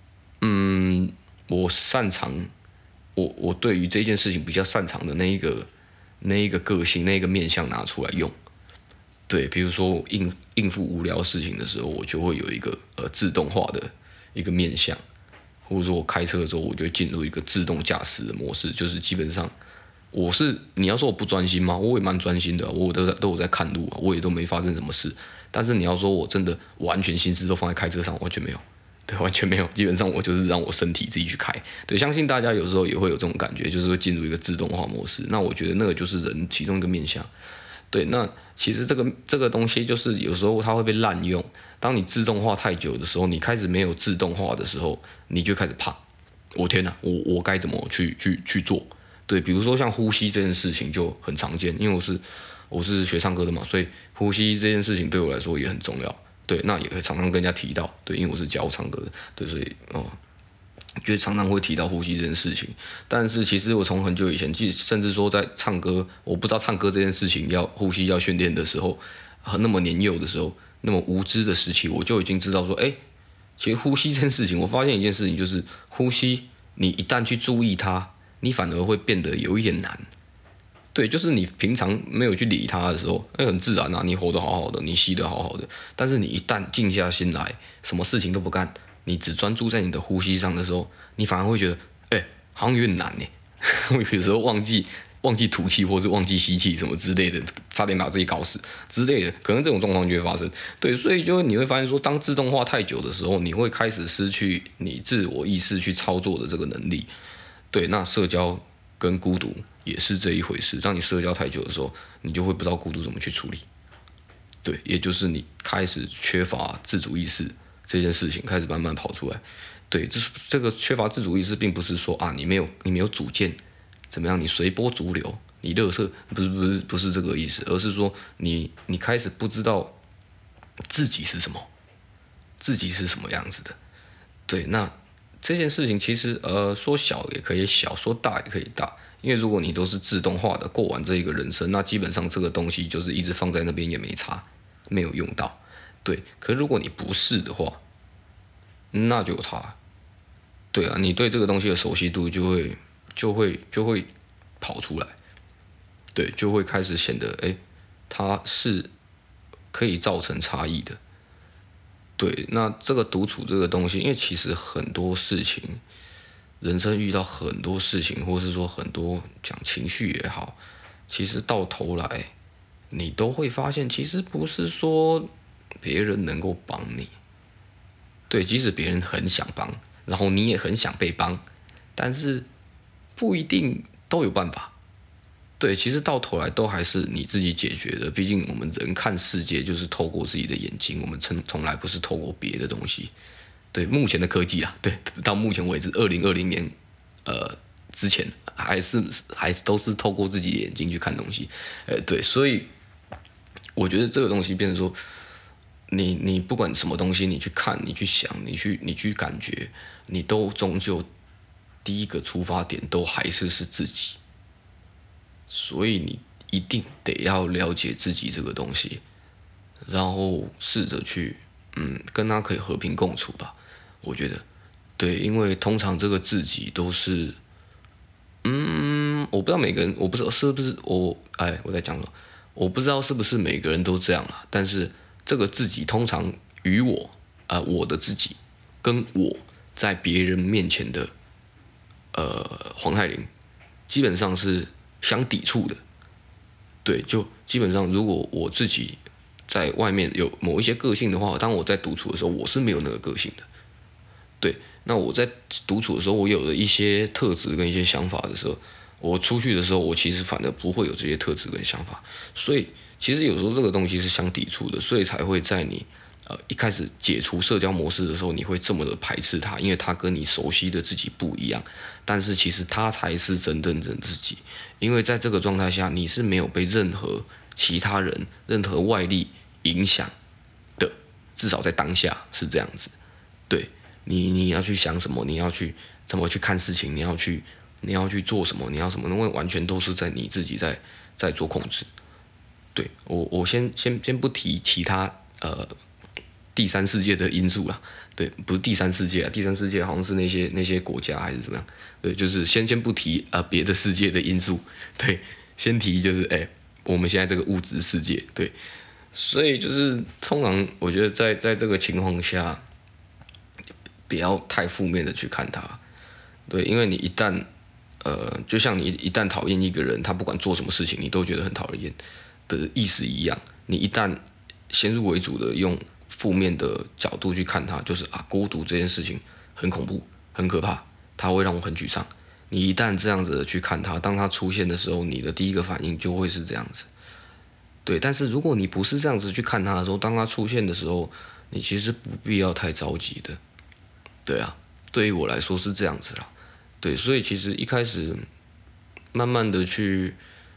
我擅长，我对于这件事情比较擅长的那一个个性那一个面向拿出来用。对，比如说应付无聊事情的时候，我就会有一个自动化的一个面向，或者说我开车的时候，我就会进入一个自动驾驶的模式，就是基本上你要说我不专心吗？我也蛮专心的，我都有在看路啊，我也都没发生什么事。但是你要说我真的完全心思都放在开车上，完全没有。对，完全没有，基本上我就是让我身体自己去开。对，相信大家有时候也会有这种感觉，就是会进入一个自动化模式。那我觉得那个就是人其中一个面向。对，那其实这个东西就是有时候它会被滥用。当你自动化太久的时候，你开始没有自动化的时候，你就开始怕。我天哪，我该怎么去做？对，比如说像呼吸这件事情就很常见，因为我是学唱歌的嘛，所以呼吸这件事情对我来说也很重要。对，那也会常常跟人家提到，对，因为我是教唱歌的，对，所以就常常会提到呼吸这件事情。但是其实我从很久以前，甚至说在唱歌，我不知道唱歌这件事情呼吸要训练的时候，那么年幼的时候，那么无知的时期，我就已经知道说，其实呼吸这件事情，我发现一件事情就是呼吸，你一旦去注意它，你反而会变得有一点难。对，就是你平常没有去理它的时候，很自然啊，你活得好好的，你吸得好好的。但是你一旦静下心来，什么事情都不干，你只专注在你的呼吸上的时候，你反而会觉得，好像有点难呢。我有时候忘记吐气，或是忘记吸气什么之类的，差点把自己搞死之类的，可能这种状况就会发生。对，所以你会发现说，当自动化太久的时候，你会开始失去你自我意识去操作的这个能力。对，那社交跟孤独也是这一回事。当你社交太久的时候，你就会不知道孤独怎么去处理。对，也就是你开始缺乏自主意识这件事情开始慢慢跑出来。对，这个缺乏自主意识，并不是说你没有主见，怎么样，你随波逐流，你垃圾，不是这个意思，而是说你开始不知道自己是什么，自己是什么样子的。对，那这件事情其实说小也可以小，说大也可以大。因为如果你都是自动化的过完这一个人生，那基本上这个东西就是一直放在那边也没差，没有用到。对，可如果你不是的话，那就有差。对啊，你对这个东西的熟悉度就会跑出来，对，就会开始显得它是可以造成差异的。对，那这个独处这个东西，因为其实很多事情，人生遇到很多事情，或是说很多讲情绪也好，其实到头来，你都会发现，其实不是说别人能够帮你，对，即使别人很想帮，然后你也很想被帮，但是不一定都有办法。对，其实到头来都还是你自己解决的。毕竟我们人看世界就是透过自己的眼睛，我们从来不是透过别的东西。对，目前的科技啦，对，到目前为止，2020年之前还都是透过自己的眼睛去看东西。对，所以我觉得这个东西变成说，你不管什么东西，你去看，你去想，你去感觉，你都终究第一个出发点都还是自己。所以你一定得要了解自己这个东西，然后试着去跟他可以和平共处吧。我觉得，对，因为通常这个自己都是，我不知道每个人，我不知道是不是我在讲了，我不知道是不是每个人都这样啦。但是这个自己通常与我的自己跟我在别人面前的黄泰林，基本上是相抵触的。对，就基本上如果我自己在外面有某一些个性的话，当我在独处的时候，我是没有那个个性的。 对，那我在独处的时候，我有了一些特质跟一些想法的时候，我出去的时候，我其实反而不会有这些特质跟想法，所以其实有时候这个东西是相抵触的，所以才会在你一开始解除社交模式的时候，你会这么的排斥它，因为它跟你熟悉的自己不一样，但是其实它才是真正的自己，因为在这个状态下，你是没有被任何其他人、任何外力影响的，至少在当下是这样子。对你要去想什么，你要去怎么去看事情，你要去做什么，你要什么，因为完全都是在你自己在做控制。对我先不提其他第三世界的因素啦，对，不是第三世界啊，第三世界好像是那些国家还是怎么样，对，就是先不提别的世界的因素，对，先提就是我们现在这个物质世界，对，所以就是通常我觉得在这个情况下，不要太负面的去看它，对，因为你一旦就像你一旦讨厌一个人，他不管做什么事情，你都觉得很讨厌的意思一样。你一旦先入为主的用负面的角度去看他，就是孤独这件事情很恐怖、很可怕，它会让我很沮丧。你一旦这样子的去看他，当他出现的时候，你的第一个反应就会是这样子。对，但是如果你不是这样子去看他的时候，当他出现的时候，你其实不必要太着急的。对啊，对于我来说是这样子啦。对，所以其实一开始慢慢的去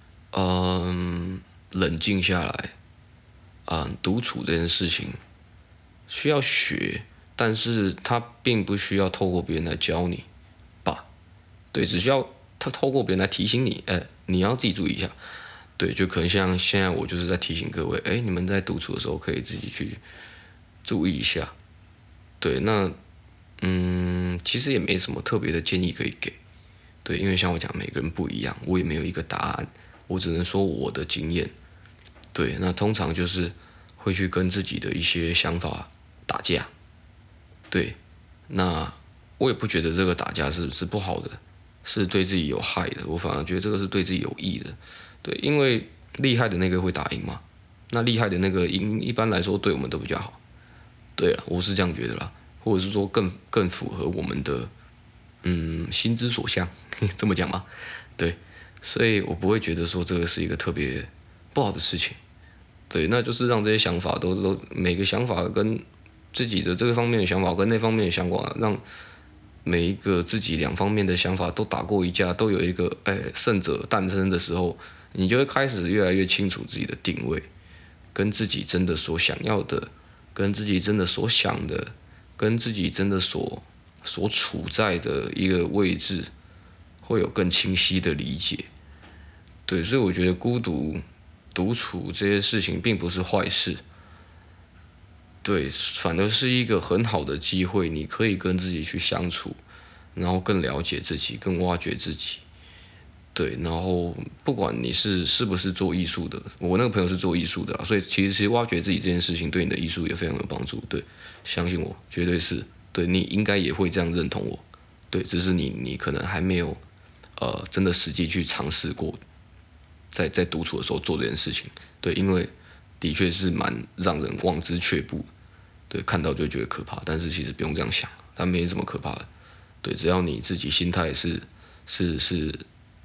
冷静下来，独处这件事情需要学，但是它并不需要透过别人来教你吧？对，只需要他透过别人来提醒你，你要自己注意一下。对，就可能像现在我就是在提醒各位，你们在独处的时候可以自己去注意一下。对，那其实也没什么特别的建议可以给。对，因为像我讲，每个人不一样，我也没有一个答案，我只能说我的经验。对，那通常就是会去跟自己的一些想法打架。对，那我也不觉得这个打架是不好的，是对自己有害的，我反而觉得这个是对自己有益的。对，因为厉害的那个会打赢嘛，那厉害的那个一般来说对我们都比较好。对了，我是这样觉得啦，或者是说更符合我们的心之所向，这么讲吗？对，所以我不会觉得说这个是一个特别不好的事情。对，那就是让这些想法都每个想法跟自己的这个方面的想法跟那方面的想法，让每一个自己两方面的想法都打过一架，都有一个胜者诞生的时候，你就会开始越来越清楚自己的定位，跟自己真的所想要的，跟自己真的所想的，跟自己真的所处在的一个位置，会有更清晰的理解。对，所以我觉得独处这些事情并不是坏事，对，反而是一个很好的机会，你可以跟自己去相处，然后更了解自己，更挖掘自己。对，然后不管你是不是做艺术的，我那个朋友是做艺术的所以其实挖掘自己这件事情对你的艺术也非常有帮助。对，相信我，绝对是。对，你应该也会这样认同我。对，只是你可能还没有真的实际去尝试过，在独处的时候做这件事情。对，因为的确是蛮让人望之却步。对，看到就觉得可怕，但是其实不用这样想，它没什么可怕的。对，只要你自己心态是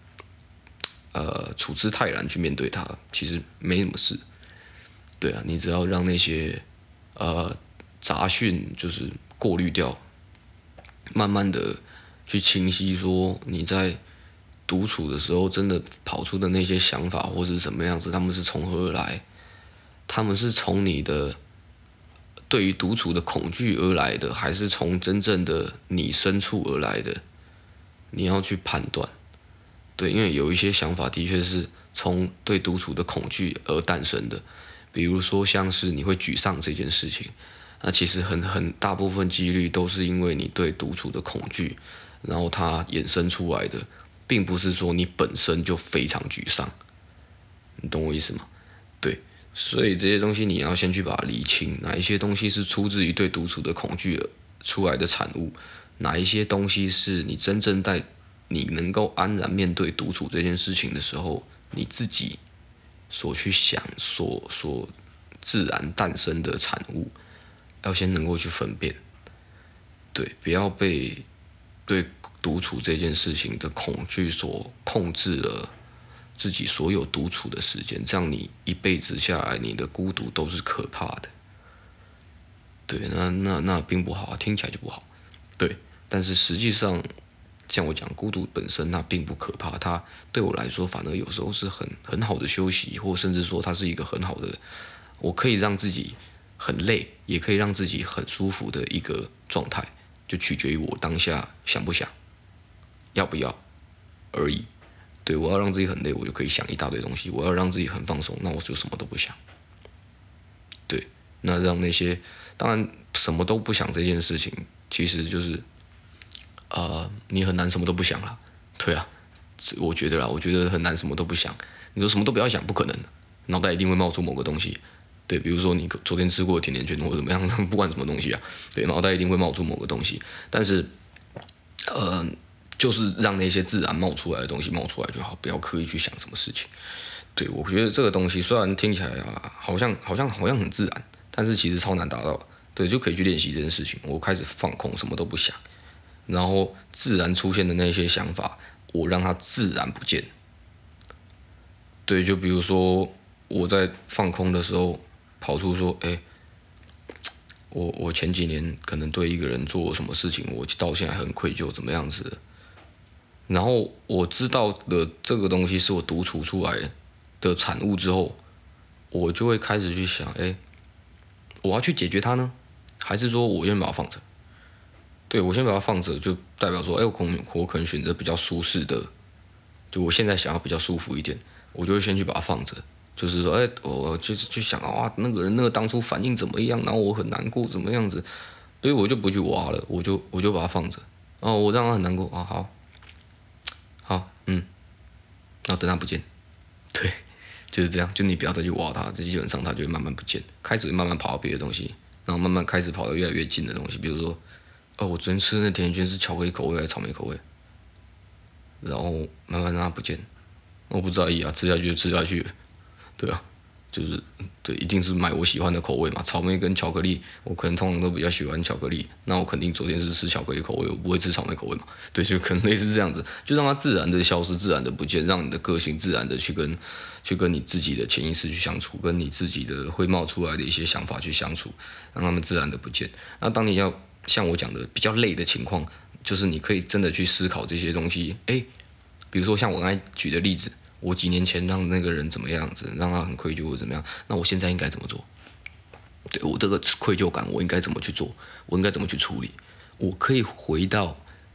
处之泰然去面对它，其实没什么事。对啊，你只要让那些杂讯就是过滤掉，慢慢的去清晰说你在独处的时候真的跑出的那些想法或是什么样子，他们是从何而来？他们是从你的对于独处的恐惧而来的，还是从真正的你深处而来的？你要去判断。对，因为有一些想法的确是从对独处的恐惧而诞生的，比如说像是你会沮丧这件事情，那其实很大部分几率都是因为你对独处的恐惧，然后它衍生出来的，并不是说你本身就非常沮丧，你懂我意思吗？对，所以这些东西你要先去把它理清，哪一些东西是出自于对独处的恐惧出来的产物，哪一些东西是你真正在你能够安然面对独处这件事情的时候，你自己所去想自然诞生的产物，要先能够去分辨。 对，不要被对独处这件事情的恐惧所控制了自己所有独处的时间，这样你一辈子下来，你的孤独都是可怕的。对，那并不好，听起来就不好。对，但是实际上，像我讲，孤独本身那并不可怕，它对我来说反而有时候是很好的休息，或甚至说它是一个很好的，我可以让自己很累，也可以让自己很舒服的一个状态，就取决于我当下想不想，要不要而已。对，我要让自己很累，我就可以想一大堆东西；我要让自己很放松，那我就什么都不想。对，那让那些当然什么都不想这件事情，其实就是你很难什么都不想了。对啊，我觉得啦，我觉得很难什么都不想。你说什么都不要想，不可能，脑袋一定会冒出某个东西。对，比如说你昨天吃过的甜甜圈或者怎么样，不管什么东西啊，对，脑袋一定会冒出某个东西。但是，就是让那些自然冒出来的东西冒出来就好，不要刻意去想什么事情。对，我觉得这个东西虽然听起来好像很自然，但是其实超难达到。对，就可以去练习这件事情。我开始放空，什么都不想，然后自然出现的那些想法，我让它自然不见。对，就比如说我在放空的时候，跑出说，我前几年可能对一个人做什么事情，我到现在很愧疚，怎么样子的。然后我知道的这个东西是我独处出来的产物之后，我就会开始去想，我要去解决它呢，还是说我先把它放着？对，我先把它放着，就代表说，我可能选择比较舒适的，就我现在想要比较舒服一点，我就会先去把它放着。就是说，我就想那个人那个当初反应怎么样，然后我很难过怎么样子，所以我就不去挖了，我就把它放着。我让他很难过好，然后等他不见，对，就是这样，就你不要再去挖它，基本上它就会慢慢不见，开始会慢慢跑到别的东西，然后慢慢开始跑到越来越近的东西，比如说，我昨天吃的那甜甜圈是巧克力口味还是草莓口味，然后慢慢让它不见，我不在意啊，吃下去就吃下去了，对啊，就是对，一定是买我喜欢的口味嘛。草莓跟巧克力，我可能通常都比较喜欢巧克力，那我肯定昨天是吃巧克力口味，我不会吃草莓口味嘛。对，就可能类似这样子，就让它自然的消失，自然的不见，让你的个性自然的去跟你自己的潜意识去相处，跟你自己的会冒出来的一些想法去相处，让他们自然的不见。那当你要像我讲的比较累的情况，就是你可以真的去思考这些东西，比如说像我刚才举的例子。我几年前让那个人怎么样子，让他很愧疚或者怎么样，那我现在应该怎么做？对我这个愧疚感，我应该怎么去做？我应该怎么去处理？我可以回到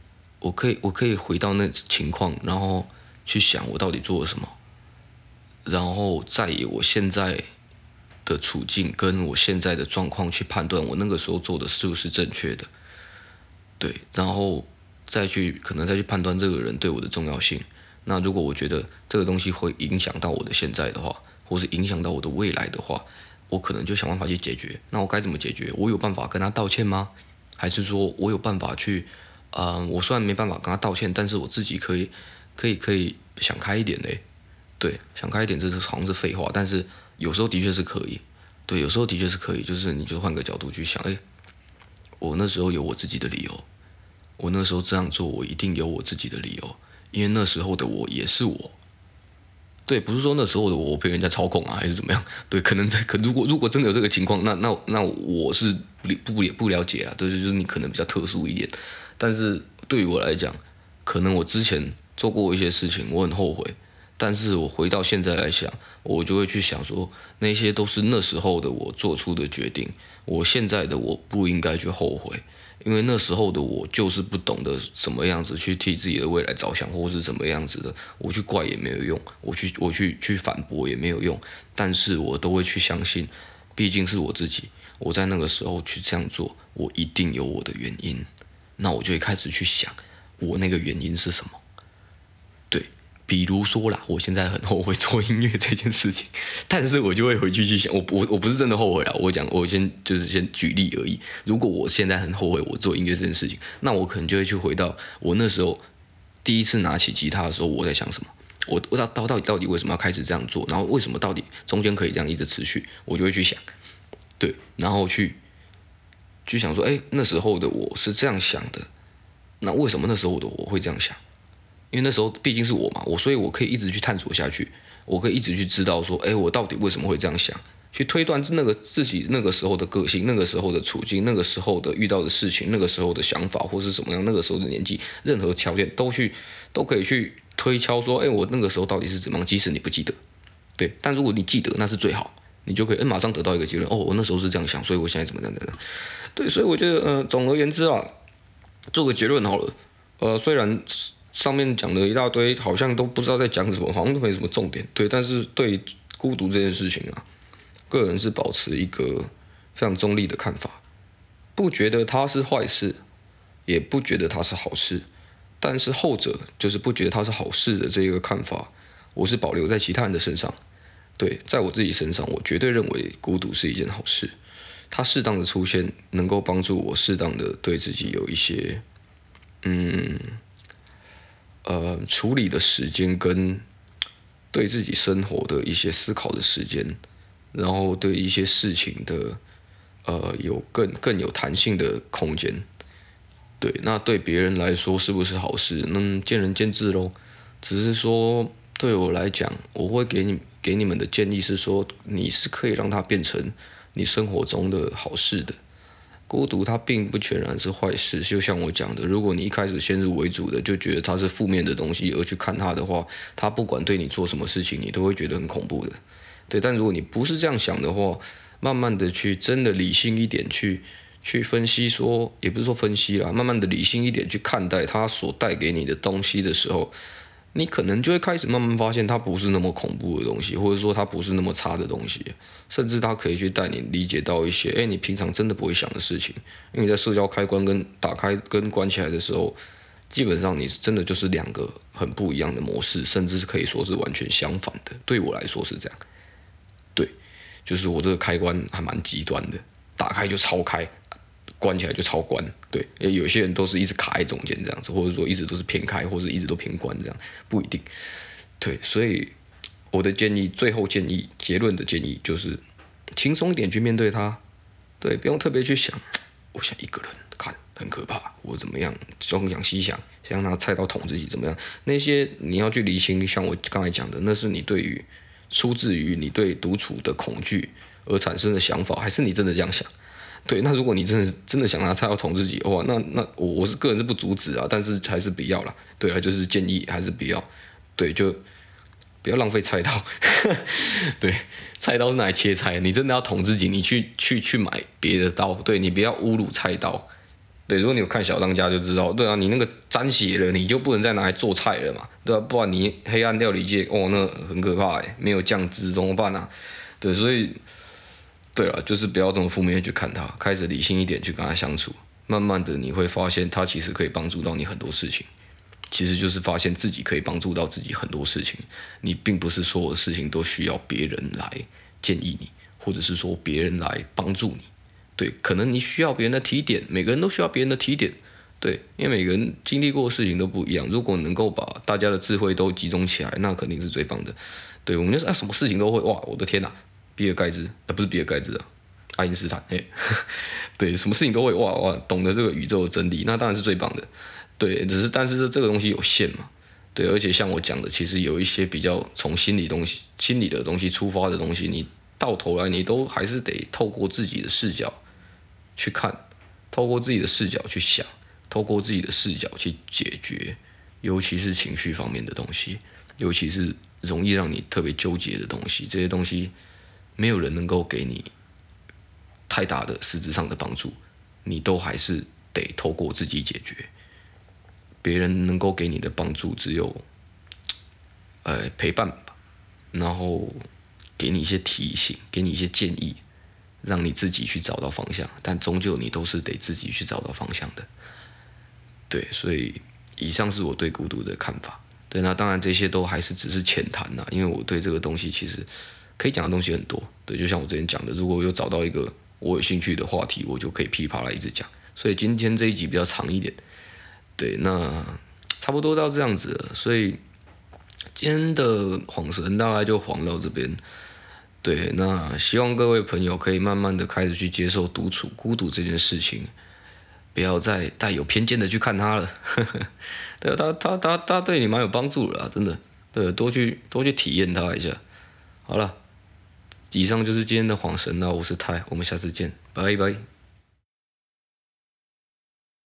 那情况，然后去想我到底做了什么，然后再以我现在的处境跟我现在的状况去判断我那个时候做的是不是正确的。对，然后可能再去判断这个人对我的重要性。那如果我觉得这个东西会影响到我的现在的话，或是影响到我的未来的话，我可能就想办法去解决。那我该怎么解决？我有办法跟他道歉吗？还是说我有办法去，我虽然没办法跟他道歉，但是我自己可以想开一点嘞。对，想开一点，这是好像是废话，但是有时候的确是可以。对，有时候的确是可以，就是你就换个角度去想，我那时候有我自己的理由，我那时候这样做，我一定有我自己的理由。因为那时候的我也是我，对，不是说那时候的我被人家操控啊，还是怎么样？对，如果真的有这个情况，那我是不了解啦，对，就是你可能比较特殊一点，但是对于我来讲，可能我之前做过一些事情，我很后悔，但是我回到现在来想，我就会去想说，那些都是那时候的我做出的决定，我现在的我不应该去后悔。因为那时候的我就是不懂得怎么样子去替自己的未来着想，或是怎么样子的，我去怪也没有用，我去反驳也没有用，但是我都会去相信，毕竟是我自己，我在那个时候去这样做，我一定有我的原因，那我就会开始去想，我那个原因是什么。比如说啦，我现在很后悔做音乐这件事情，但是我就会回去想，我不是真的后悔啦，我先举例而已。如果我现在很后悔我做音乐这件事情，那我可能就会去回到我那时候第一次拿起吉他的时候，我在想什么，我到底为什么要开始这样做，然后为什么到底中间可以这样一直持续，我就会去想，对，然后去去想说，那时候的我是这样想的，那为什么那时候的我会这样想？因为那时候毕竟是我嘛，所以我可以一直去探索下去，我可以一直去知道说，我到底为什么会这样想，去推断自己那个时候的个性、那个时候的处境、那个时候的遇到的事情、那个时候的想法或是什么样、那个时候的年纪，任何条件都可以去推敲说，我那个时候到底是怎么样，即使你不记得，对，但如果你记得，那是最好，你就可以马上得到一个结论，我那时候是这样想，所以我现在怎么样，对，所以我觉得，总而言之啊，做个结论好了，虽然上面讲的一大堆，好像都不知道在讲什么，好像都没什么重点，对，但是对孤独这件事情啊，个人是保持一个非常中立的看法，不觉得它是坏事，也不觉得它是好事，但是后者就是不觉得它是好事的这个看法，我是保留在其他人的身上。对，在我自己身上，我绝对认为孤独是一件好事。它适当的出现，能够帮助我适当的对自己有一些，处理的时间跟对自己生活的一些思考的时间，然后对一些事情的，有更有弹性的空间。对，那对别人来说是不是好事？那见仁见智咯。只是说对我来讲，我会给你们的建议是说，你是可以让它变成你生活中的好事的。孤独它并不全然是坏事，就像我讲的，如果你一开始先入为主的就觉得它是负面的东西而去看它的话，它不管对你做什么事情，你都会觉得很恐怖的。对，但如果你不是这样想的话，慢慢的去真的理性一点去分析说，也不是说分析啦，慢慢的理性一点去看待它所带给你的东西的时候，你可能就会开始慢慢发现它不是那么恐怖的东西，或者说它不是那么差的东西，甚至它可以去带你理解到一些，你平常真的不会想的事情。因为你在社交开关跟打开跟关起来的时候，基本上你是真的就是两个很不一样的模式，甚至是可以说是完全相反的。对我来说是这样，对，就是我这个开关还蛮极端的，打开就超开，关起来就超关，对，有些人都是一直卡在中间这样子，或者说一直都是偏开，或者一直都偏关这样，不一定，对，所以我的建议，最后建议，结论的建议就是轻松一点去面对它，对，不用特别去想，我想一个人看很可怕，我怎么样，东想西想，想拿菜刀捅自己怎么样，那些你要去理清，像我刚才讲的，那是你出自于你对独处的恐惧而产生的想法，还是你真的这样想？对，那如果你真的想拿菜刀捅自己，哇，那我是个人是不阻止啊，但是还是不要啦。对啊，就是建议还是不要，对，就不要浪费菜刀。对，菜刀是拿来切菜，你真的要捅自己，你去买别的刀，对你不要侮辱菜刀。对，如果你有看小当家就知道，对啊，你那个沾血了，你就不能再拿来做菜了嘛，对啊，不然你黑暗料理界，那很可怕没有酱汁怎么办啊？对，所以。对了，就是不要这么负面去看它，开始理性一点去跟它相处，慢慢的你会发现它其实可以帮助到你很多事情，其实就是发现自己可以帮助到自己很多事情，你并不是所有的事情都需要别人来建议你，或者是说别人来帮助你，对，可能你需要别人的提点，每个人都需要别人的提点，对，因为每个人经历过的事情都不一样，如果能够把大家的智慧都集中起来，那肯定是最棒的，对，我们就是什么事情都会，哇，我的天哪！比尔盖茨，不是比尔盖茨啊，爱因斯坦，对，什么事情都会哇，懂得这个宇宙的真理，那当然是最棒的，对，但是这个东西有限嘛，对，而且像我讲的，其实有一些比较从心理的东西出发的东西，你到头来你都还是得透过自己的视角去看，透过自己的视角去想，透过自己的视角去解决，尤其是情绪方面的东西，尤其是容易让你特别纠结的东西，这些东西。没有人能够给你太大的实质上的帮助，你都还是得透过自己解决。别人能够给你的帮助只有，陪伴吧，然后给你一些提醒，给你一些建议，让你自己去找到方向。但终究你都是得自己去找到方向的。对，所以以上是我对孤独的看法。对，那当然这些都还是只是浅谈啦，因为我对这个东西其实。可以讲的东西很多，对，就像我之前讲的，如果我有找到一个我有兴趣的话题，我就可以噼啪啦一直讲。所以今天这一集比较长一点，对，那差不多到这样子了。所以今天的晃神大概就晃到这边。 对，那希望各位朋友可以慢慢的开始去接受独处、孤独这件事情，不要再带有偏见的去看它了。对，他对你蛮有帮助的啦，真的。对，多去体验它一下。好了，以上就是今天的晃神，那我是泰，我们下次见，拜拜。